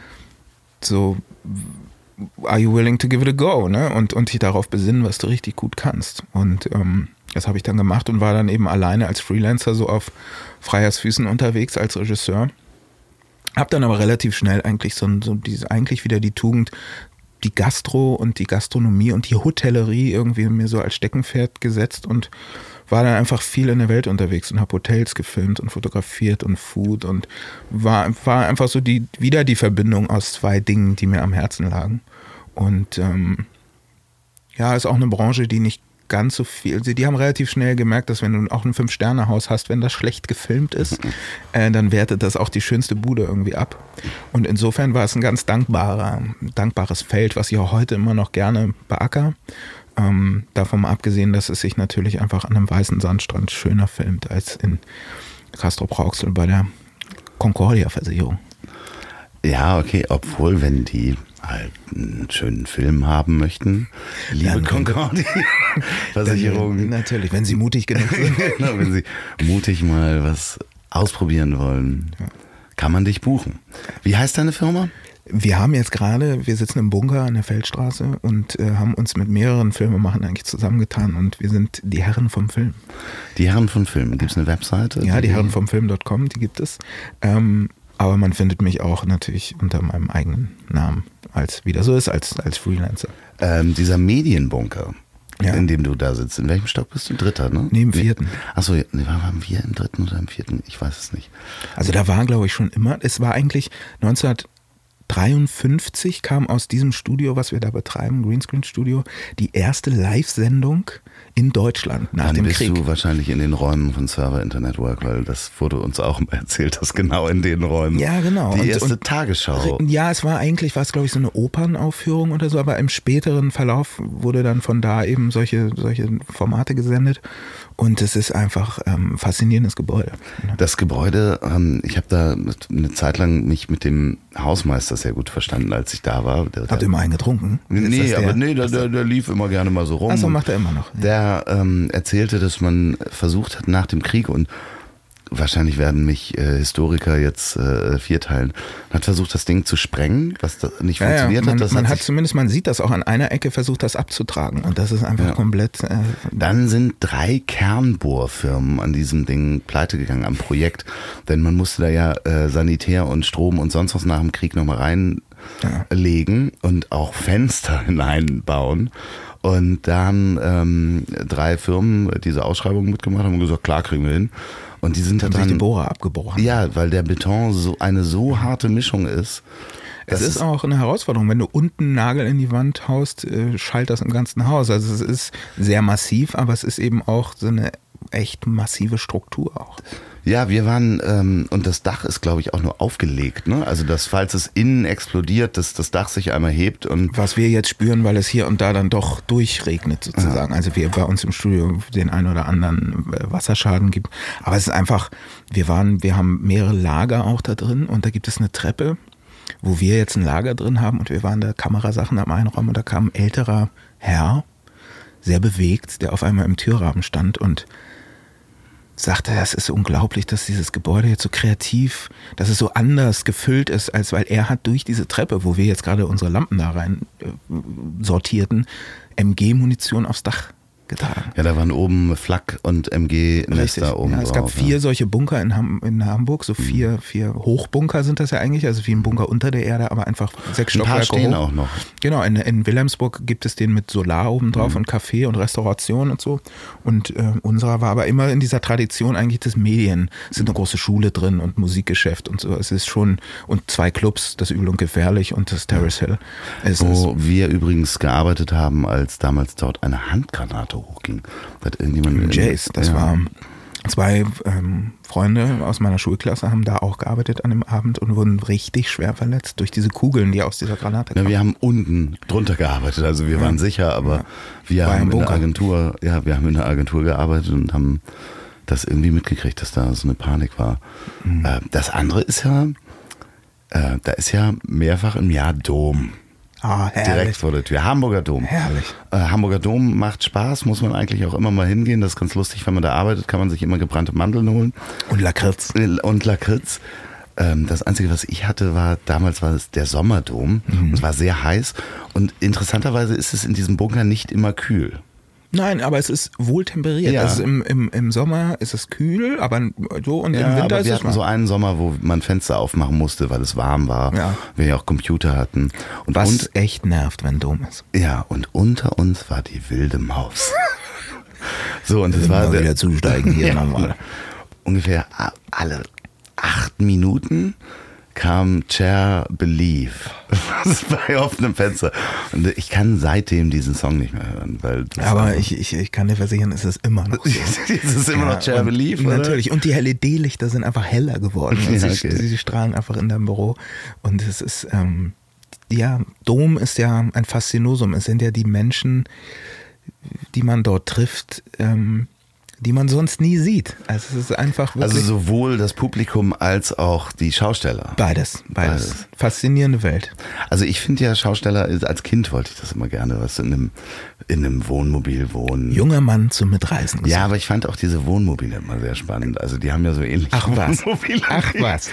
S1: so, are you willing to give it a go? Ne? Und, und dich darauf besinnen, was du richtig gut kannst. Und ähm, das habe ich dann gemacht und war dann eben alleine als Freelancer so auf Freiersfüßen unterwegs als Regisseur. Hab dann aber relativ schnell eigentlich so, so diese, eigentlich wieder die Tugend, die Gastro und die Gastronomie und die Hotellerie irgendwie mir so als Steckenpferd gesetzt und war dann einfach viel in der Welt unterwegs und habe Hotels gefilmt und fotografiert und Food und war, war einfach so die, wieder die Verbindung aus zwei Dingen, die mir am Herzen lagen. Und ähm, ja, ist auch eine Branche, die nicht ganz so viel, also die haben relativ schnell gemerkt, dass wenn du auch ein Fünf-Sterne-Haus hast, wenn das schlecht gefilmt ist, äh, dann wertet das auch die schönste Bude irgendwie ab. Und insofern war es ein ganz dankbarer, dankbares Feld, was ich auch heute immer noch gerne beacker. Ähm, davon mal abgesehen, dass es sich natürlich einfach an einem weißen Sandstrand schöner filmt als in Castrop-Rauxel bei der Concordia-Versicherung.
S3: Ja, okay, obwohl, wenn die halt einen schönen Film haben möchten, liebe
S1: Dann-
S3: Concordia-Versicherung.
S1: Dann, natürlich, wenn sie mutig genug sind.
S3: Genau, wenn sie mutig mal was ausprobieren wollen, kann man dich buchen. Wie heißt deine Firma?
S1: Wir haben jetzt gerade, wir sitzen im Bunker an der Feldstraße und äh, haben uns mit mehreren Filmemachern eigentlich zusammengetan und wir sind die Herren vom Film.
S3: Die Herren von Filmen. Gibt es eine Webseite?
S1: Ja, die Herren vom Film Punkt com, die gibt es. Ähm, aber man findet mich auch natürlich unter meinem eigenen Namen, als wie das so ist, als, als Freelancer.
S3: Ähm, dieser Medienbunker,
S1: Ja.
S3: in dem du da sitzt. In welchem Stock bist du? Dritter, ne?
S1: Nee, im vierten.
S3: Achso, nee, waren wir im dritten oder im vierten? Ich weiß es nicht.
S1: Also da war, glaube ich, schon immer, es war eigentlich dreiundfünfzig kam aus diesem Studio, was wir da betreiben, Greenscreen Studio, die erste Live-Sendung in Deutschland nach
S3: Dann
S1: dem
S3: bist
S1: Krieg.
S3: du wahrscheinlich in den Räumen von Server Internet Work, weil das wurde uns auch erzählt, dass genau in den Räumen
S1: Ja, genau.
S3: die
S1: Und-
S3: erste
S1: und-
S3: Tagesschau.
S1: Ja, es war eigentlich, war es glaube ich so eine Opernaufführung oder so, aber im späteren Verlauf wurde dann von da eben solche, solche Formate gesendet und es ist einfach ähm, ein faszinierendes Gebäude.
S3: Das Gebäude, ähm, ich habe da eine Zeit lang mich mit dem Hausmeister sehr gut verstanden, als ich da war. Der,
S1: Habt ihr mal einen getrunken? Ist
S3: Nee,
S1: das der?
S3: aber nee, der, der, der lief immer gerne mal so rum.
S1: Achso,
S3: Und
S1: macht er immer noch. Ja.
S3: Der ähm, erzählte, dass man versucht hat nach dem Krieg, und wahrscheinlich werden mich äh, Historiker jetzt äh, vierteilen, hat versucht, das Ding zu sprengen, was da nicht
S1: Ja, ja,
S3: funktioniert
S1: man,
S3: hat. Das
S1: man
S3: hat
S1: hat
S3: sich,
S1: zumindest, man sieht das auch an einer Ecke, versucht das abzutragen und das ist einfach
S3: Ja.
S1: komplett. Äh,
S3: dann sind drei Kernbohrfirmen an diesem Ding pleite gegangen am Projekt, denn man musste da ja äh, Sanitär und Strom und sonst was nach dem Krieg nochmal reinlegen
S1: Ja.
S3: und auch Fenster hineinbauen. Und da haben ähm, drei Firmen diese Ausschreibung mitgemacht, haben gesagt, klar, kriegen wir hin. Und die sind da
S1: haben sich die
S3: dran.
S1: Bohrer abgebrochen.
S3: Ja, weil der Beton so eine so harte Mischung ist.
S1: Es
S3: Das
S1: ist auch eine Herausforderung, wenn du unten einen Nagel in die Wand haust, äh, schallt das im ganzen Haus. Also es ist sehr massiv, aber es ist eben auch so eine echt massive Struktur auch.
S3: Ja, wir waren, ähm, und das Dach ist, glaube ich, auch nur aufgelegt, ne? Also, dass, falls es innen explodiert, dass das Dach sich einmal hebt und.
S1: Was wir jetzt spüren, weil es hier und da dann doch durchregnet sozusagen. Ja. Also wir bei uns im Studio den einen oder anderen Wasserschaden gibt. Aber es ist einfach, wir waren, wir haben mehrere Lager auch da drin und da gibt es eine Treppe, wo wir jetzt ein Lager drin haben und wir waren da Kamerasachen am Einraum und da kam ein älterer Herr, sehr bewegt, der auf einmal im Türrahmen stand und sagte, das ist unglaublich, dass dieses Gebäude jetzt so kreativ, dass es so anders gefüllt ist, als weil er hat durch diese Treppe, wo wir jetzt gerade unsere Lampen da rein äh, sortierten, M G-Munition aufs Dach getragen.
S3: Ja, da waren oben Flak und M G-Nester oben
S1: ja, es gab
S3: drauf,
S1: vier
S3: ja.
S1: solche Bunker in, Ham in Hamburg, so vier, vier Hochbunker sind das ja eigentlich, also wie ein Bunker unter der Erde, aber einfach sechs
S3: Ein paar
S1: Stockwerke
S3: stehen
S1: hoch.
S3: auch noch.
S1: Genau, in, in Wilhelmsburg gibt es den mit Solar oben drauf
S3: Mhm.
S1: und Café und Restauration und so. Und äh, unserer war aber immer in dieser Tradition eigentlich des Medien. Es ist eine große Schule drin und Musikgeschäft und so. Es ist schon, und zwei Clubs, das Übel und Gefährlich und das Terrace Hill. Es ist,
S3: Wo wir übrigens gearbeitet haben, als damals dort eine Handgranate hochging. Da hat irgendjemand
S1: Jace, das
S3: ja.
S1: war zwei ähm, Freunde aus meiner Schulklasse haben da auch gearbeitet an dem Abend und wurden richtig schwer verletzt durch diese Kugeln, die aus dieser Granate
S3: Ja,
S1: kamen.
S3: wir haben unten drunter gearbeitet, also wir waren sicher, aber
S1: Ja.
S3: wir
S1: War
S3: haben
S1: im
S3: in der
S1: Bunker.
S3: Agentur, ja, wir haben in der Agentur gearbeitet und haben das irgendwie mitgekriegt, dass da so eine Panik war.
S1: Mhm.
S3: Äh, das andere ist ja, äh, da ist ja mehrfach im Jahr Dom.
S1: Ah,
S3: Direkt
S1: herrlich.
S3: vor der Tür. Hamburger Dom.
S1: Herrlich.
S3: Äh, Hamburger Dom macht Spaß, muss man eigentlich auch immer mal hingehen. Das ist ganz lustig, wenn man da arbeitet, kann man sich immer gebrannte Mandeln holen.
S1: Und Lakritz.
S3: Und Lakritz. Ähm, das Einzige, was ich hatte, war, damals war es der Sommerdom.
S1: Mhm.
S3: Es war sehr heiß. Und interessanterweise ist es in diesem Bunker nicht immer kühl.
S1: Nein, aber es ist wohl temperiert.
S3: Ja.
S1: Also im, im, im Sommer ist es kühl, aber so und
S3: Ja,
S1: im Winter
S3: aber
S1: ist
S3: wir
S1: es
S3: hatten
S1: warm.
S3: so einen Sommer, wo man Fenster aufmachen musste, weil es warm war.
S1: Ja.
S3: Wir ja auch Computer hatten. Und,
S1: Was
S3: und,
S1: echt nervt, wenn Dom ist.
S3: ja, und unter uns war die wilde Maus. So, und es war
S1: Mal
S3: der,
S1: wieder zusteigen hier
S3: Ja.
S1: nochmal.
S3: ungefähr a- alle acht Minuten kam Cher Believe. Das war bei offenem Fenster. Und ich kann seitdem diesen Song nicht mehr hören, weil das
S1: Aber
S3: war-
S1: ich, ich, ich kann dir versichern, es ist immer noch so.
S3: es ist immer noch Cher
S1: und
S3: Believe, oder?
S1: Natürlich. Und die L E D-Lichter sind einfach heller geworden. Und
S3: Ja,
S1: sie,
S3: okay.
S1: sie strahlen einfach in deinem Büro. Und es ist, ähm, ja, Dom ist ja ein Faszinosum. Es sind ja die Menschen, die man dort trifft, ähm, die man sonst nie sieht. Also es ist einfach wirklich
S3: Also sowohl das Publikum als auch die Schausteller.
S1: beides, beides.
S3: Beides.
S1: Faszinierende Welt.
S3: Also ich finde ja Schausteller, als Kind wollte ich das immer gerne, was in einem, in einem Wohnmobil wohnen.
S1: Junger Mann zum Mitreisen. gesucht.
S3: Ja, aber ich fand auch diese Wohnmobile immer sehr spannend. Also die haben ja so ähnlich
S1: Ach was.
S3: Wohnmobile.
S1: Ach was.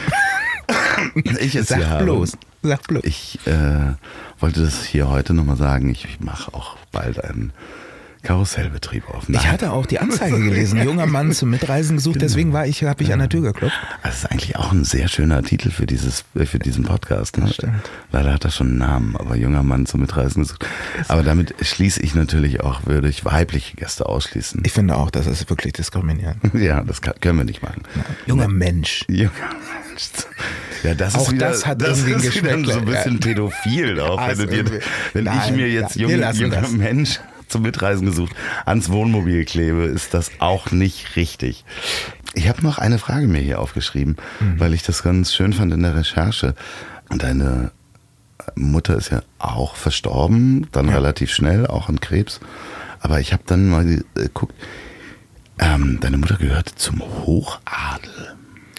S3: Ich es hier
S1: Sag
S3: habe.
S1: bloß. Sag bloß.
S3: Ich äh, wollte das hier heute nochmal sagen. Ich mache auch bald einen Karussellbetrieb auf.
S1: Ich
S3: Nein.
S1: hatte auch die Anzeige gelesen, junger Mann zum Mitreisen gesucht, deswegen war ich, habe ich an der Tür geklopft.
S3: Das ist eigentlich auch ein sehr schöner Titel für dieses, für diesen Podcast. Ne?
S1: Das stimmt.
S3: Leider hat er schon einen Namen, aber junger Mann zum Mitreisen gesucht. Aber damit schließe ich natürlich auch, würde ich weibliche Gäste ausschließen.
S1: Ich finde auch, das ist wirklich diskriminierend.
S3: Ja, das kann, können wir nicht machen.
S1: Junger Mensch.
S3: Junger Mensch. Ja, das
S1: auch
S3: ist wieder,
S1: das hat
S3: das
S1: irgendwie
S3: ist wieder so ein bisschen pädophil auch.
S1: Also,
S3: wenn, du dir, wenn
S1: nein,
S3: ich mir jetzt
S1: ja,
S3: junger junge Mensch zum Mitreisen gesucht ans Wohnmobil klebe, ist das auch nicht richtig. Ich habe noch eine Frage mir hier aufgeschrieben, mhm. weil ich das ganz schön fand in der Recherche. Deine Mutter ist ja auch verstorben, dann ja. relativ schnell, auch an Krebs. Aber ich habe dann mal geguckt, ähm, deine Mutter gehörte zum Hochadel.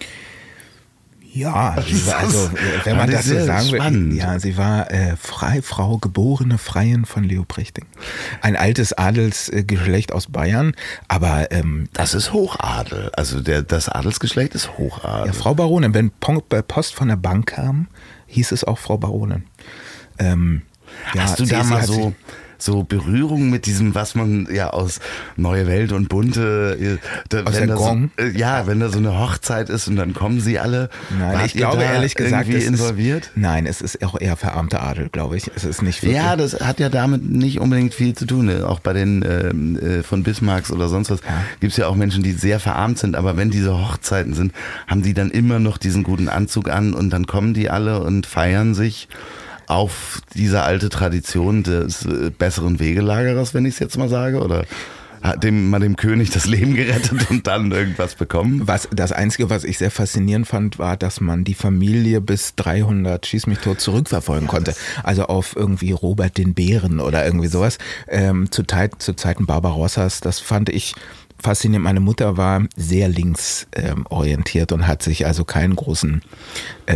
S1: Ja, sie war, also wenn man das so sagen will, ja, sie war äh, Freifrau, geborene Freien von Leoprichting. Ein altes Adelsgeschlecht aus Bayern, aber ähm,
S3: das ist Hochadel. Also der, das Adelsgeschlecht ist Hochadel.
S1: Ja, Frau Baronin, wenn Post von der Bank kam, hieß es auch Frau Baronin. Ähm,
S3: Hast ja, du da mal so so Berührung mit diesem, was man ja aus Neue Welt und Bunte, da,
S1: aus
S3: wenn
S1: der
S3: da
S1: Gong?
S3: So, ja, wenn da so eine Hochzeit ist und dann kommen sie alle.
S1: Nein, ich glaube ehrlich gesagt,
S3: irgendwie
S1: es
S3: involviert?
S1: Ist, nein, es ist auch eher verarmter Adel, glaube ich. Es ist nicht wirklich.
S3: Ja, das hat ja damit nicht unbedingt viel zu tun. Ne? Auch bei den äh, von Bismarcks oder sonst was ja. gibt es ja auch Menschen, die sehr verarmt sind. Aber wenn diese Hochzeiten sind, haben die dann immer noch diesen guten Anzug an und dann kommen die alle und feiern sich auf diese alte Tradition des äh, besseren Wegelagerers, wenn ich es jetzt mal sage, oder hat dem, mal dem König das Leben gerettet und dann irgendwas bekommen?
S1: Was, das Einzige, was ich sehr faszinierend fand, war, dass man die Familie bis dreihundert Schieß mich tot zurückverfolgen konnte. Also auf irgendwie Robert den Bären oder irgendwie sowas. Ähm, zu, Zeit, zu Zeiten Barbarossas, das fand ich faszinierend. Meine Mutter war sehr links ähm, orientiert und hat sich also keinen großen äh,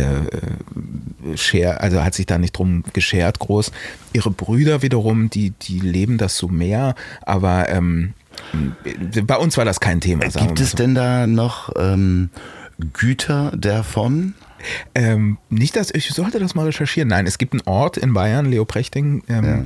S1: Share, also hat sich da nicht drum geschert groß. Ihre Brüder wiederum, die, die leben das so mehr, aber ähm, bei uns war das kein Thema.
S3: Gibt es so. denn da noch ähm, Güter davon?
S1: Ähm, nicht, dass ich sollte das mal recherchieren. Nein, es gibt einen Ort in Bayern, Leoprichting, ähm, ja.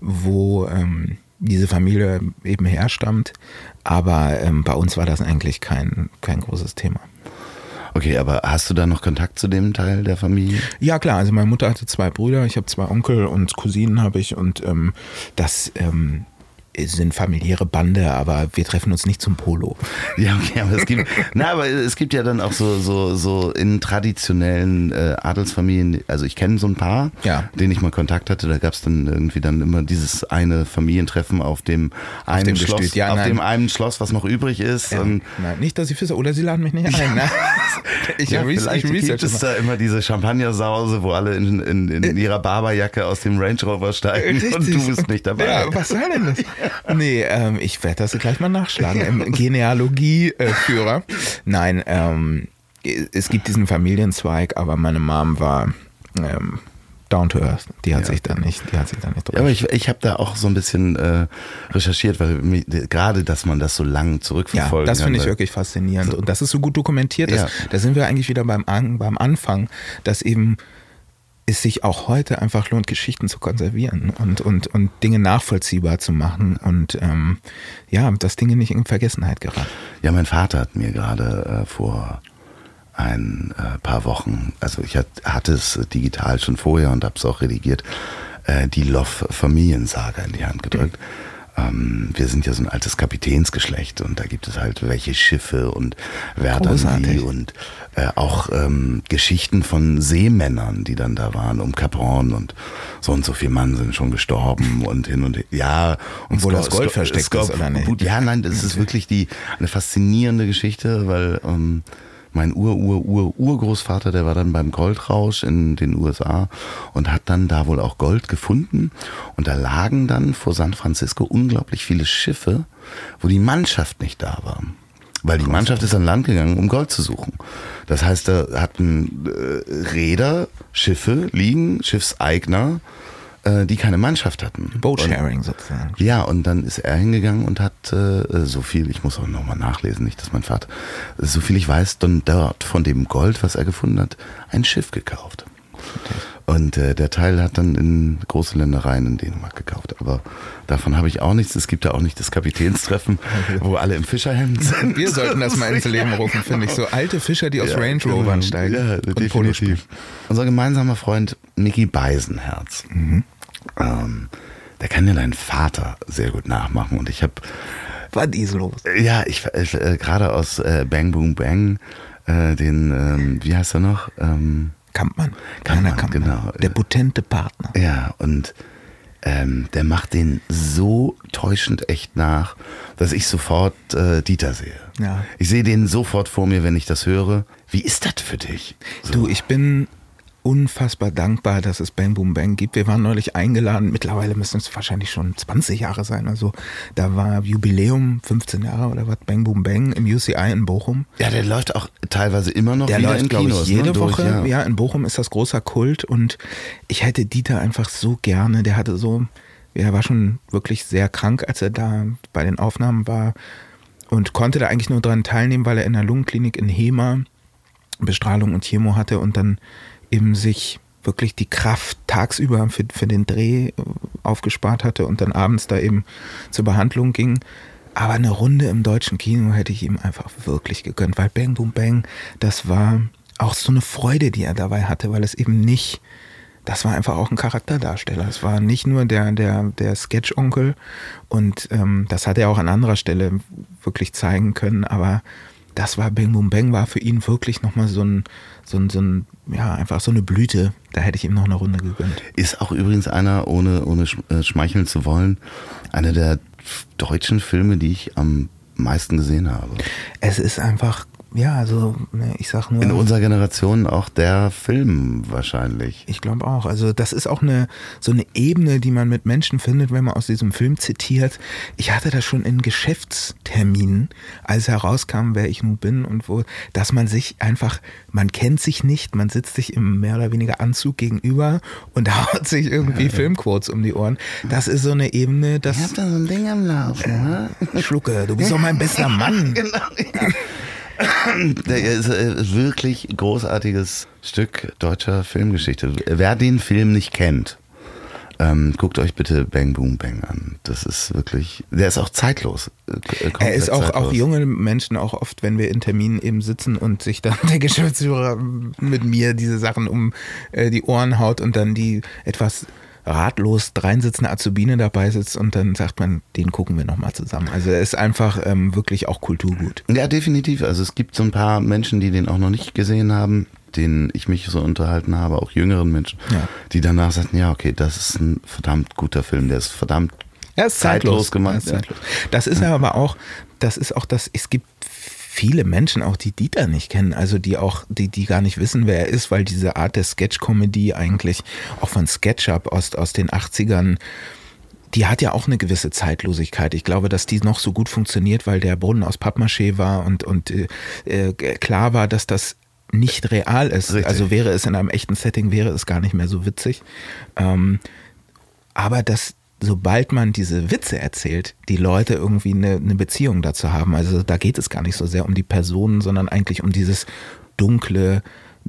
S1: wo ähm, diese Familie eben herstammt. Aber ähm, bei uns war das eigentlich kein, kein großes Thema.
S3: Okay, aber hast du da noch Kontakt zu dem Teil der Familie?
S1: Ja klar, also meine Mutter hatte zwei Brüder, ich habe zwei Onkel und Cousinen habe ich und ähm, das ähm, sind familiäre Bande, aber wir treffen uns nicht zum Polo.
S3: Ja, okay, aber es gibt, na, aber es gibt ja dann auch so, so, so in traditionellen äh, Adelsfamilien, also ich kenne so ein paar,
S1: ja.
S3: denen ich mal Kontakt hatte, da gab es dann irgendwie dann immer dieses eine Familientreffen auf dem
S1: auf
S3: einen
S1: dem
S3: Schloss,
S1: Gestüt, ja,
S3: auf
S1: nein.
S3: dem einen Schloss, was noch übrig ist.
S1: Ja,
S3: und
S1: nein, nicht, dass ich wisse, oder sie laden mich nicht ein. Ne? Ich
S3: ja,
S1: re-
S3: vielleicht
S1: ich
S3: gibt es da immer diese Champagnersause, wo alle in, in, in ihrer Barberjacke aus dem Range Rover steigen. Richtig. Und du bist nicht dabei.
S1: Ja, was soll denn das? Nee, ähm, ich werde das gleich mal nachschlagen. Im Genealogieführer. Nein, ähm, es gibt diesen Familienzweig, aber meine Mom war ähm, down to earth. Die hat
S3: ja.
S1: sich da nicht, die hat sich da nicht
S3: ja, aber ich, ich habe da auch so ein bisschen äh, recherchiert, weil mich, gerade, dass man das so lang zurückverfolgen
S1: ja, das
S3: kann.
S1: finde ich wirklich faszinierend.
S3: So.
S1: Und dass es so gut dokumentiert ist.
S3: Ja.
S1: Da sind wir eigentlich wieder beim, beim Anfang, dass eben es sich auch heute einfach lohnt, Geschichten zu konservieren und, und, und Dinge nachvollziehbar zu machen und ähm, ja, dass Dinge nicht in Vergessenheit geraten.
S3: Ja, mein Vater hat mir gerade äh, vor ein äh, paar Wochen, also ich hat, hatte es digital schon vorher und habe es auch redigiert, äh, die Loff-Familiensaga in die Hand gedrückt. Ähm, wir sind ja so ein altes Kapitänsgeschlecht und da gibt es halt welche Schiffe und wer dann wie und äh, auch ähm, Geschichten von Seemännern, die dann da waren um Cap Horn und so und so viele Mann sind schon gestorben und hin und her. Ja, und
S1: wo das Gold versteckt
S3: Skop,
S1: ist, oder nicht?
S3: Ja, nein, das ist wirklich die eine faszinierende Geschichte, weil ähm, mein Ur-Ur-Ur-Urgroßvater, der war dann beim Goldrausch in den U S A und hat dann da wohl auch Gold gefunden. Und da lagen dann vor San Francisco unglaublich viele Schiffe, wo die Mannschaft nicht da war. Weil die Mannschaft ist an Land gegangen, um Gold zu suchen. Das heißt, da hatten äh, Räder, Schiffe liegen, Schiffseigner, äh, die keine Mannschaft hatten.
S1: Boatsharing sozusagen.
S3: Ja, und dann ist er hingegangen und hat äh, so viel, ich muss auch nochmal nachlesen, nicht, dass mein Vater, so viel ich weiß, dann dort von dem Gold, was er gefunden hat, ein Schiff gekauft. Okay. Und äh, der Teil hat dann in große Ländereien in Dänemark gekauft. Aber davon habe ich auch nichts. Es gibt ja auch nicht das Kapitänstreffen, wo alle im Fischerhemd sind.
S1: Wir sollten das mal ins Leben rufen, finde ich. So alte Fischer, die aus ja, Range Rovern steigen.
S3: Ja, definitiv. Unser gemeinsamer Freund Micky Beisenherz. Mhm. Ähm, der kann ja deinen Vater sehr gut nachmachen. Und ich habe...
S1: Was ist los?
S3: Ja, ich äh, gerade aus äh, Bang Boom Bang, äh, den, ähm, wie heißt er noch? Ähm,
S1: Kampmann.
S3: Kampmann,
S1: Kampmann,
S3: genau.
S1: Der potente Partner.
S3: Ja, und ähm, der macht den so täuschend echt nach, dass ich sofort äh, Dieter sehe.
S1: Ja.
S3: Ich sehe den sofort vor mir, wenn ich das höre. Wie ist das für dich? So.
S1: Du, ich bin unfassbar dankbar, dass es Bang Boom Bang gibt. Wir waren neulich eingeladen, mittlerweile müssen es wahrscheinlich schon zwanzig Jahre sein. Also da war Jubiläum, fünfzehn Jahre oder was, Bang Boom Bang im U C I in Bochum.
S3: Ja, der läuft auch teilweise immer noch
S1: der
S3: wieder
S1: läuft,
S3: in
S1: glaube
S3: Kinos.
S1: ich, jede
S3: ne? Durch,
S1: Woche.
S3: ja.
S1: ja, in Bochum ist das großer Kult und ich hätte Dieter einfach so gerne, der hatte so, er war schon wirklich sehr krank, als er da bei den Aufnahmen war und konnte da eigentlich nur dran teilnehmen, weil er in der Lungenklinik in Hema Bestrahlung und Chemo hatte und dann eben sich wirklich die Kraft tagsüber für, für den Dreh aufgespart hatte und dann abends da eben zur Behandlung ging. Aber eine Runde im deutschen Kino hätte ich ihm einfach wirklich gegönnt, weil Bang Boom Bang, das war auch so eine Freude, die er dabei hatte, weil es eben nicht, das war einfach auch ein Charakterdarsteller. Es war nicht nur der, der, der Sketch-Onkel und ähm, das hat er auch an anderer Stelle wirklich zeigen können, aber das war Bang Boom Bang, war für ihn wirklich nochmal so ein, so ein, so ein, ja, einfach so eine Blüte. Da hätte ich ihm noch eine Runde gegönnt.
S3: Ist auch übrigens einer, ohne, ohne schmeicheln zu wollen, einer der deutschen Filme, die ich am meisten gesehen habe.
S1: Es ist einfach, ja, also ich sag nur...
S3: In unserer Generation auch der Film wahrscheinlich.
S1: Ich glaube auch. Also das ist auch eine so eine Ebene, die man mit Menschen findet, wenn man aus diesem Film zitiert. Ich hatte das schon in Geschäftsterminen, als herauskam, wer ich nun bin und wo, dass man sich einfach, man kennt sich nicht, man sitzt sich im mehr oder weniger Anzug gegenüber und haut sich irgendwie ja. Filmquotes um die Ohren. Das ist so eine Ebene, das...
S3: Ich hab da so ein Ding am Laufen, ne?
S1: Schlucke, du bist doch mein bester Mann.
S3: Genau, ja. Der ist ein wirklich großartiges Stück deutscher Filmgeschichte. Wer den Film nicht kennt, ähm, guckt euch bitte Bang Boom Bang an. Das ist wirklich, der ist auch zeitlos.
S1: Er ist auch, auch junge Menschen, auch oft, wenn wir in Terminen eben sitzen und sich dann der Geschäftsführer mit mir diese Sachen um äh, die Ohren haut und dann die etwas ratlos dreinsitzende Azubine dabei sitzt und dann sagt man, den gucken wir nochmal zusammen. Also er ist einfach ähm, wirklich auch Kulturgut.
S3: Ja, definitiv. Also es gibt so ein paar Menschen, die den auch noch nicht gesehen haben, denen ich mich so unterhalten habe, auch jüngeren Menschen, ja. die danach sagten, ja okay, das ist ein verdammt guter Film, der ist verdammt
S1: er ist
S3: zeitlos,
S1: zeitlos
S3: gemacht.
S1: Er ist zeitlos. Das ist ja. aber auch, das ist auch das, es gibt viele Menschen auch, die Dieter nicht kennen, also die auch, die, die gar nicht wissen, wer er ist, weil diese Art der Sketch-Comedy eigentlich auch von SketchUp aus, aus den achtzigern, die hat ja auch eine gewisse Zeitlosigkeit. Ich glaube, dass die noch so gut funktioniert, weil der Boden aus Pappmaché war und, und äh, klar war, dass das nicht real ist. Richtig. Also wäre es in einem echten Setting, wäre es gar nicht mehr so witzig. Ähm, aber das sobald man diese Witze erzählt, die Leute irgendwie eine, eine Beziehung dazu haben. Also da geht es gar nicht so sehr um die Personen, sondern eigentlich um dieses dunkle,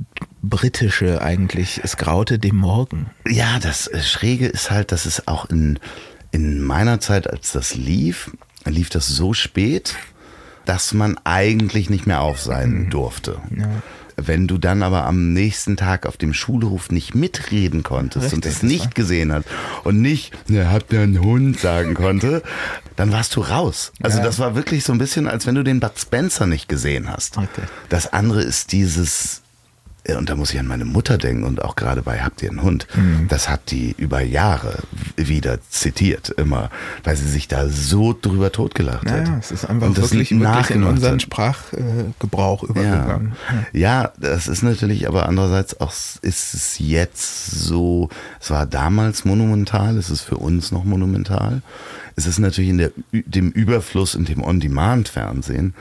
S1: britische eigentlich. Es graute dem Morgen.
S3: Ja, das Schräge ist halt, dass es auch in, in meiner Zeit, als das lief, lief das so spät, dass man eigentlich nicht mehr auf sein mhm. durfte. Ja. Wenn du dann aber am nächsten Tag auf dem Schulhof nicht mitreden konntest Richtig, und es nicht gesehen hast und nicht, ihr habt ja einen Hund sagen konnte, dann warst du raus. Also ja. das war wirklich so ein bisschen, als wenn du den Bud Spencer nicht gesehen hast. Okay. Das andere ist dieses, und da muss ich an meine Mutter denken und auch gerade bei Habt ihr einen Hund, mhm. das hat die über Jahre wieder zitiert, immer, weil sie sich da so drüber totgelacht
S1: ja,
S3: hat.
S1: Ja, es ist einfach und das wirklich, wirklich in unseren Sprachgebrauch übergegangen.
S3: Ja. ja, das ist natürlich, aber andererseits auch ist es jetzt so, es war damals monumental, es ist für uns noch monumental. Es ist natürlich in der, dem Überfluss in dem On-Demand-Fernsehen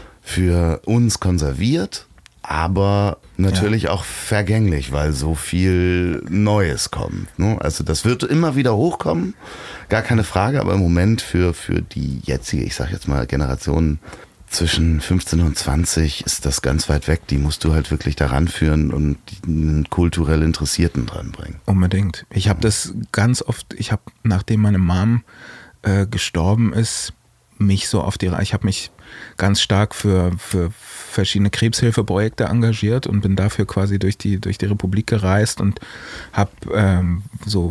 S3: für uns konserviert, aber natürlich ja. auch vergänglich, weil so viel Neues kommt. Ne? Also das wird immer wieder hochkommen, gar keine Frage, aber im Moment für, für die jetzige, ich sag jetzt mal Generation zwischen fünfzehn und zwanzig ist das ganz weit weg. Die musst du halt wirklich daran führen und einen kulturell Interessierten dran bringen.
S1: Unbedingt. Ich habe das ganz oft, ich habe, nachdem meine Mom äh, gestorben ist, mich so auf die, ich habe mich ganz stark für, für verschiedene Krebshilfeprojekte engagiert und bin dafür quasi durch die, durch die Republik gereist und habe ähm, so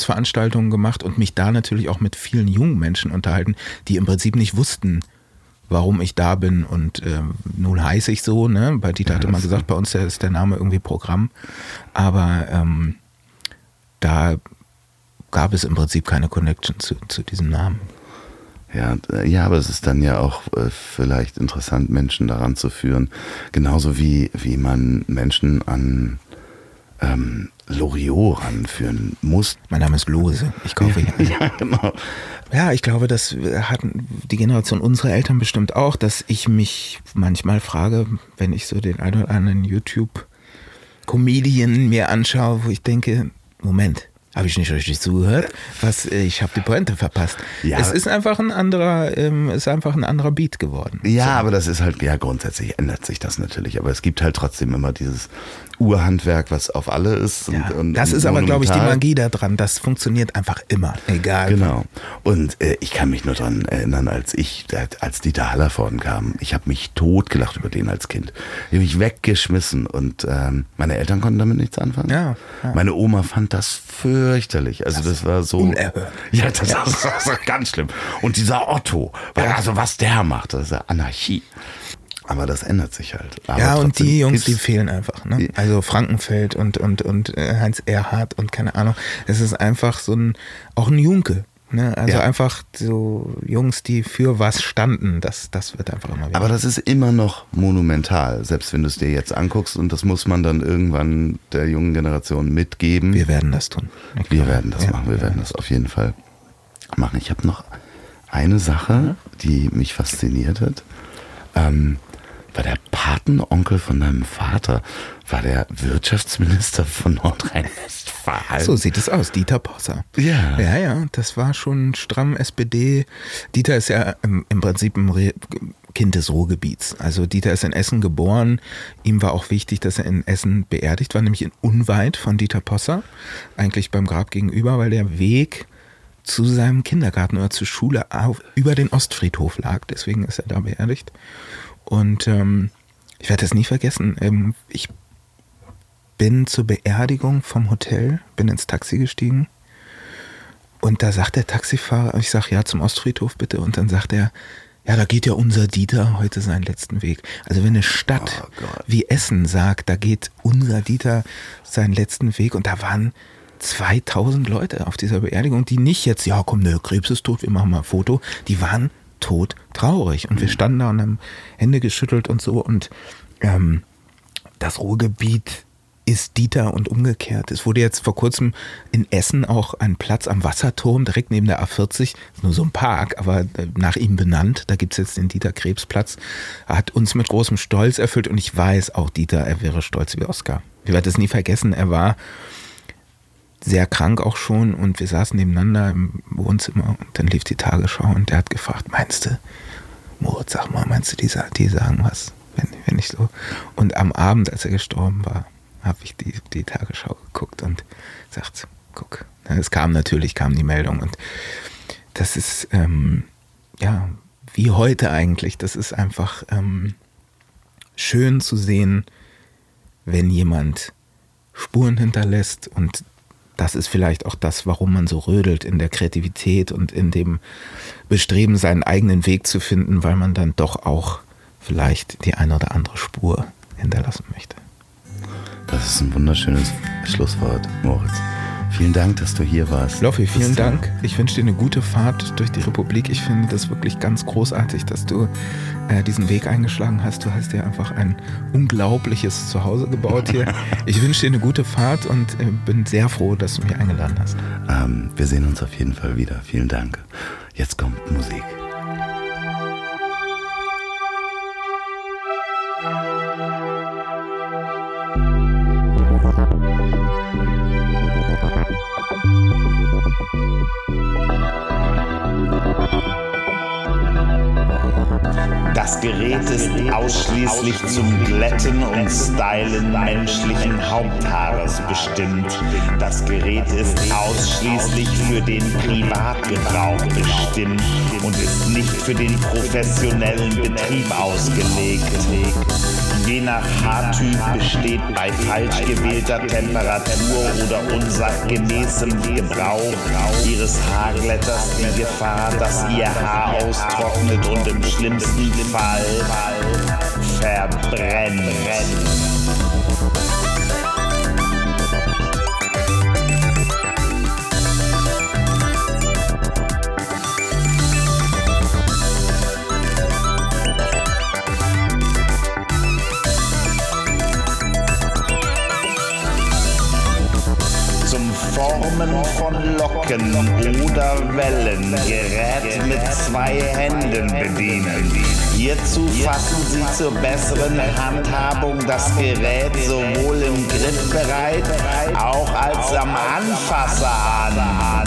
S1: Informationsveranstaltungen gemacht und mich da natürlich auch mit vielen jungen Menschen unterhalten, die im Prinzip nicht wussten, warum ich da bin und ähm, nun heiße ich so, ne? Bei Dieter
S3: Ja,
S1: hatte mal gesagt, bei uns ist der Name irgendwie Programm, aber ähm, da gab es im Prinzip keine Connection zu, zu diesem Namen.
S3: Ja, ja, aber es ist dann ja auch äh, vielleicht interessant, Menschen daran zu führen, genauso wie, wie man Menschen an ähm, Loriot ranführen muss.
S1: Mein Name ist Lose, ich kaufe
S3: ja,
S1: hier.
S3: Ja, genau.
S1: Ja, ich glaube, das hatten die Generation unserer Eltern bestimmt auch, dass ich mich manchmal frage, wenn ich so den einen oder anderen YouTube-Comedian mir anschaue, wo ich denke, Moment, habe ich nicht richtig zugehört? Was, ich habe die Pointe verpasst.
S3: Ja,
S1: es ist einfach ein anderer, ähm, ist einfach ein anderer Beat geworden.
S3: Ja,
S1: so.
S3: Aber das ist halt, ja, grundsätzlich ändert sich das natürlich. Aber es gibt halt trotzdem immer dieses Urhandwerk, was auf alle ist. Und,
S1: Ja,
S3: und,
S1: das
S3: und
S1: ist aber, glaube ich, die
S3: monumental.
S1: Magie daran. Das funktioniert einfach immer, egal.
S3: Genau. Und äh, ich kann mich nur daran erinnern, als ich, als Dieter Hallervorden kam, ich habe mich totgelacht über den als Kind. Ich habe mich weggeschmissen und ähm, meine Eltern konnten damit nichts anfangen.
S1: Ja, ja.
S3: Meine Oma fand das fürchterlich. Also das, das war so...
S1: unerhört.
S3: Ja, das, ja. das war so ganz schlimm. Und dieser Otto,
S1: Ja.
S3: also was der macht, das ist ja Anarchie. Aber das ändert sich halt. Aber
S1: ja, und
S3: trotzdem
S1: die Jungs,
S3: gibt's-
S1: die fehlen einfach. Ne? Also Frankenfeld und, und, und äh, Heinz Erhardt und keine Ahnung. Es ist einfach so ein, auch ein Junke. Ne? Also
S3: Ja.
S1: einfach so Jungs, die für was standen. Das, das wird einfach immer wieder.
S3: Aber das ist immer noch monumental, selbst wenn du es dir jetzt anguckst. Und das muss man dann irgendwann der jungen Generation mitgeben.
S1: wir werden das tun. Ich
S3: Wir
S1: glaube.
S3: werden das
S1: Ja,
S3: machen, wir
S1: ja.
S3: werden das auf jeden Fall machen. Ich habe noch eine Sache, die mich fasziniert hat. Ähm, war der Patenonkel von deinem Vater, war der Wirtschaftsminister von Nordrhein-Westfalen.
S1: So sieht es aus, Dieter Posser.
S3: Ja.
S1: Ja, ja, das war schon stramm S P D. Dieter ist ja im, im Prinzip ein Re Kind des Ruhrgebiets. Also Dieter ist in Essen geboren. Ihm war auch wichtig, dass er in Essen beerdigt war, nämlich in unweit von Dieter Posser, eigentlich beim Grab gegenüber, weil der Weg zu seinem Kindergarten oder zur Schule auf, über den Ostfriedhof lag. Deswegen ist er da beerdigt. Und ähm, ich werde das nie vergessen. Ähm, ich bin zur Beerdigung vom Hotel, bin ins Taxi gestiegen und da sagt der Taxifahrer, ich sage ja zum Ostfriedhof bitte, und dann sagt er, ja, da geht ja unser Dieter heute seinen letzten Weg. Also wenn eine Stadt
S3: Oh Gott.
S1: wie Essen sagt, da geht unser Dieter seinen letzten Weg, und da waren zweitausend Leute auf dieser Beerdigung, die nicht jetzt, ja komm, der Krebs ist tot, wir machen mal ein Foto, die waren tot traurig. Und wir standen da und haben Hände geschüttelt und so. Und ähm, das Ruhrgebiet ist Dieter und umgekehrt. Es wurde jetzt vor kurzem in Essen auch ein Platz am Wasserturm, direkt neben der A vierzig, nur so ein Park, aber nach ihm benannt. Da gibt es jetzt den Dieter-Krebs-Platz. Er hat uns mit großem Stolz erfüllt, und ich weiß auch, Dieter, er wäre stolz wie Oskar. Ich werde es nie vergessen, er war sehr krank auch schon, und wir saßen nebeneinander im Wohnzimmer und dann lief die Tagesschau und der hat gefragt, meinst du, Moritz, sag mal, meinst du, die, die sagen was, wenn, wenn ich so. Und am Abend, als er gestorben war, habe ich die, die Tagesschau geguckt und gesagt, guck, es kam natürlich, kam die Meldung, und das ist, ähm, ja, wie heute eigentlich, das ist einfach ähm, schön zu sehen, wenn jemand Spuren hinterlässt, und das ist vielleicht auch das, warum man so rödelt in der Kreativität und in dem Bestreben, seinen eigenen Weg zu finden, weil man dann doch auch vielleicht die eine oder andere Spur hinterlassen möchte.
S3: Das ist ein wunderschönes Schlusswort, Moritz. Vielen Dank, dass du hier warst.
S1: Loffi, vielen
S3: Bis dann.
S1: Dank. Ich wünsche dir eine gute Fahrt durch die Republik. Ich finde das wirklich ganz großartig, dass du äh, diesen Weg eingeschlagen hast. Du hast dir einfach ein unglaubliches Zuhause gebaut hier. Ich wünsche dir eine gute Fahrt und äh, bin sehr froh, dass du mich eingeladen hast.
S3: Ähm, wir sehen uns auf jeden Fall wieder. Vielen Dank. Jetzt kommt Musik.
S4: Das Gerät ist ausschließlich zum Glätten und Stylen menschlichen Haupthaares bestimmt. Das Gerät ist ausschließlich für den Privatgebrauch bestimmt und ist nicht für den professionellen Betrieb ausgelegt. Je nach Haartyp besteht bei falsch gewählter Temperatur oder unsachgemäßem Gebrauch Ihres Haarglätters die Gefahr, dass Ihr Haar austrocknet und im schlimmsten Fall verbrennt. Formen von Locken oder Wellen Gerät mit zwei Händen bedienen. Hierzu fassen Sie zur besseren Handhabung das Gerät sowohl im Griffbereit auch als am Anfasser an.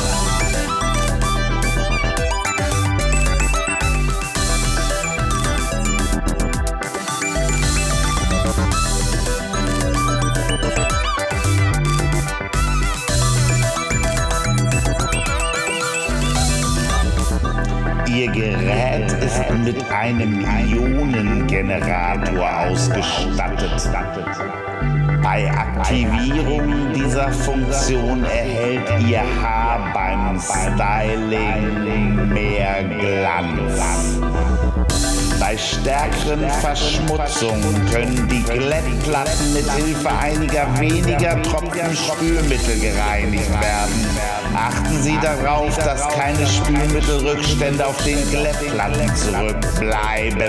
S4: Ihr Gerät ist mit einem Ionengenerator ausgestattet. Bei Aktivierung dieser Funktion erhält Ihr Haar beim Styling mehr Glanz. Bei stärkeren Verschmutzungen können die Glättplatten mit Hilfe einiger weniger Tropfen Spülmittel gereinigt werden. Achten Sie darauf, dass keine Spülmittelrückstände auf den Glättplatten zurückbleiben.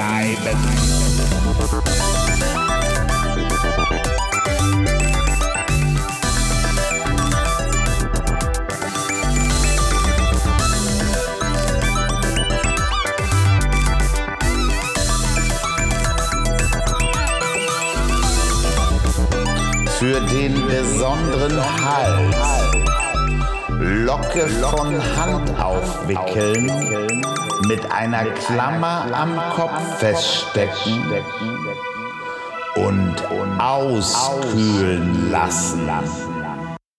S4: Für den besonderen Hals Locke von Hand aufwickeln, mit einer Klammer am Kopf feststecken und auskühlen lassen.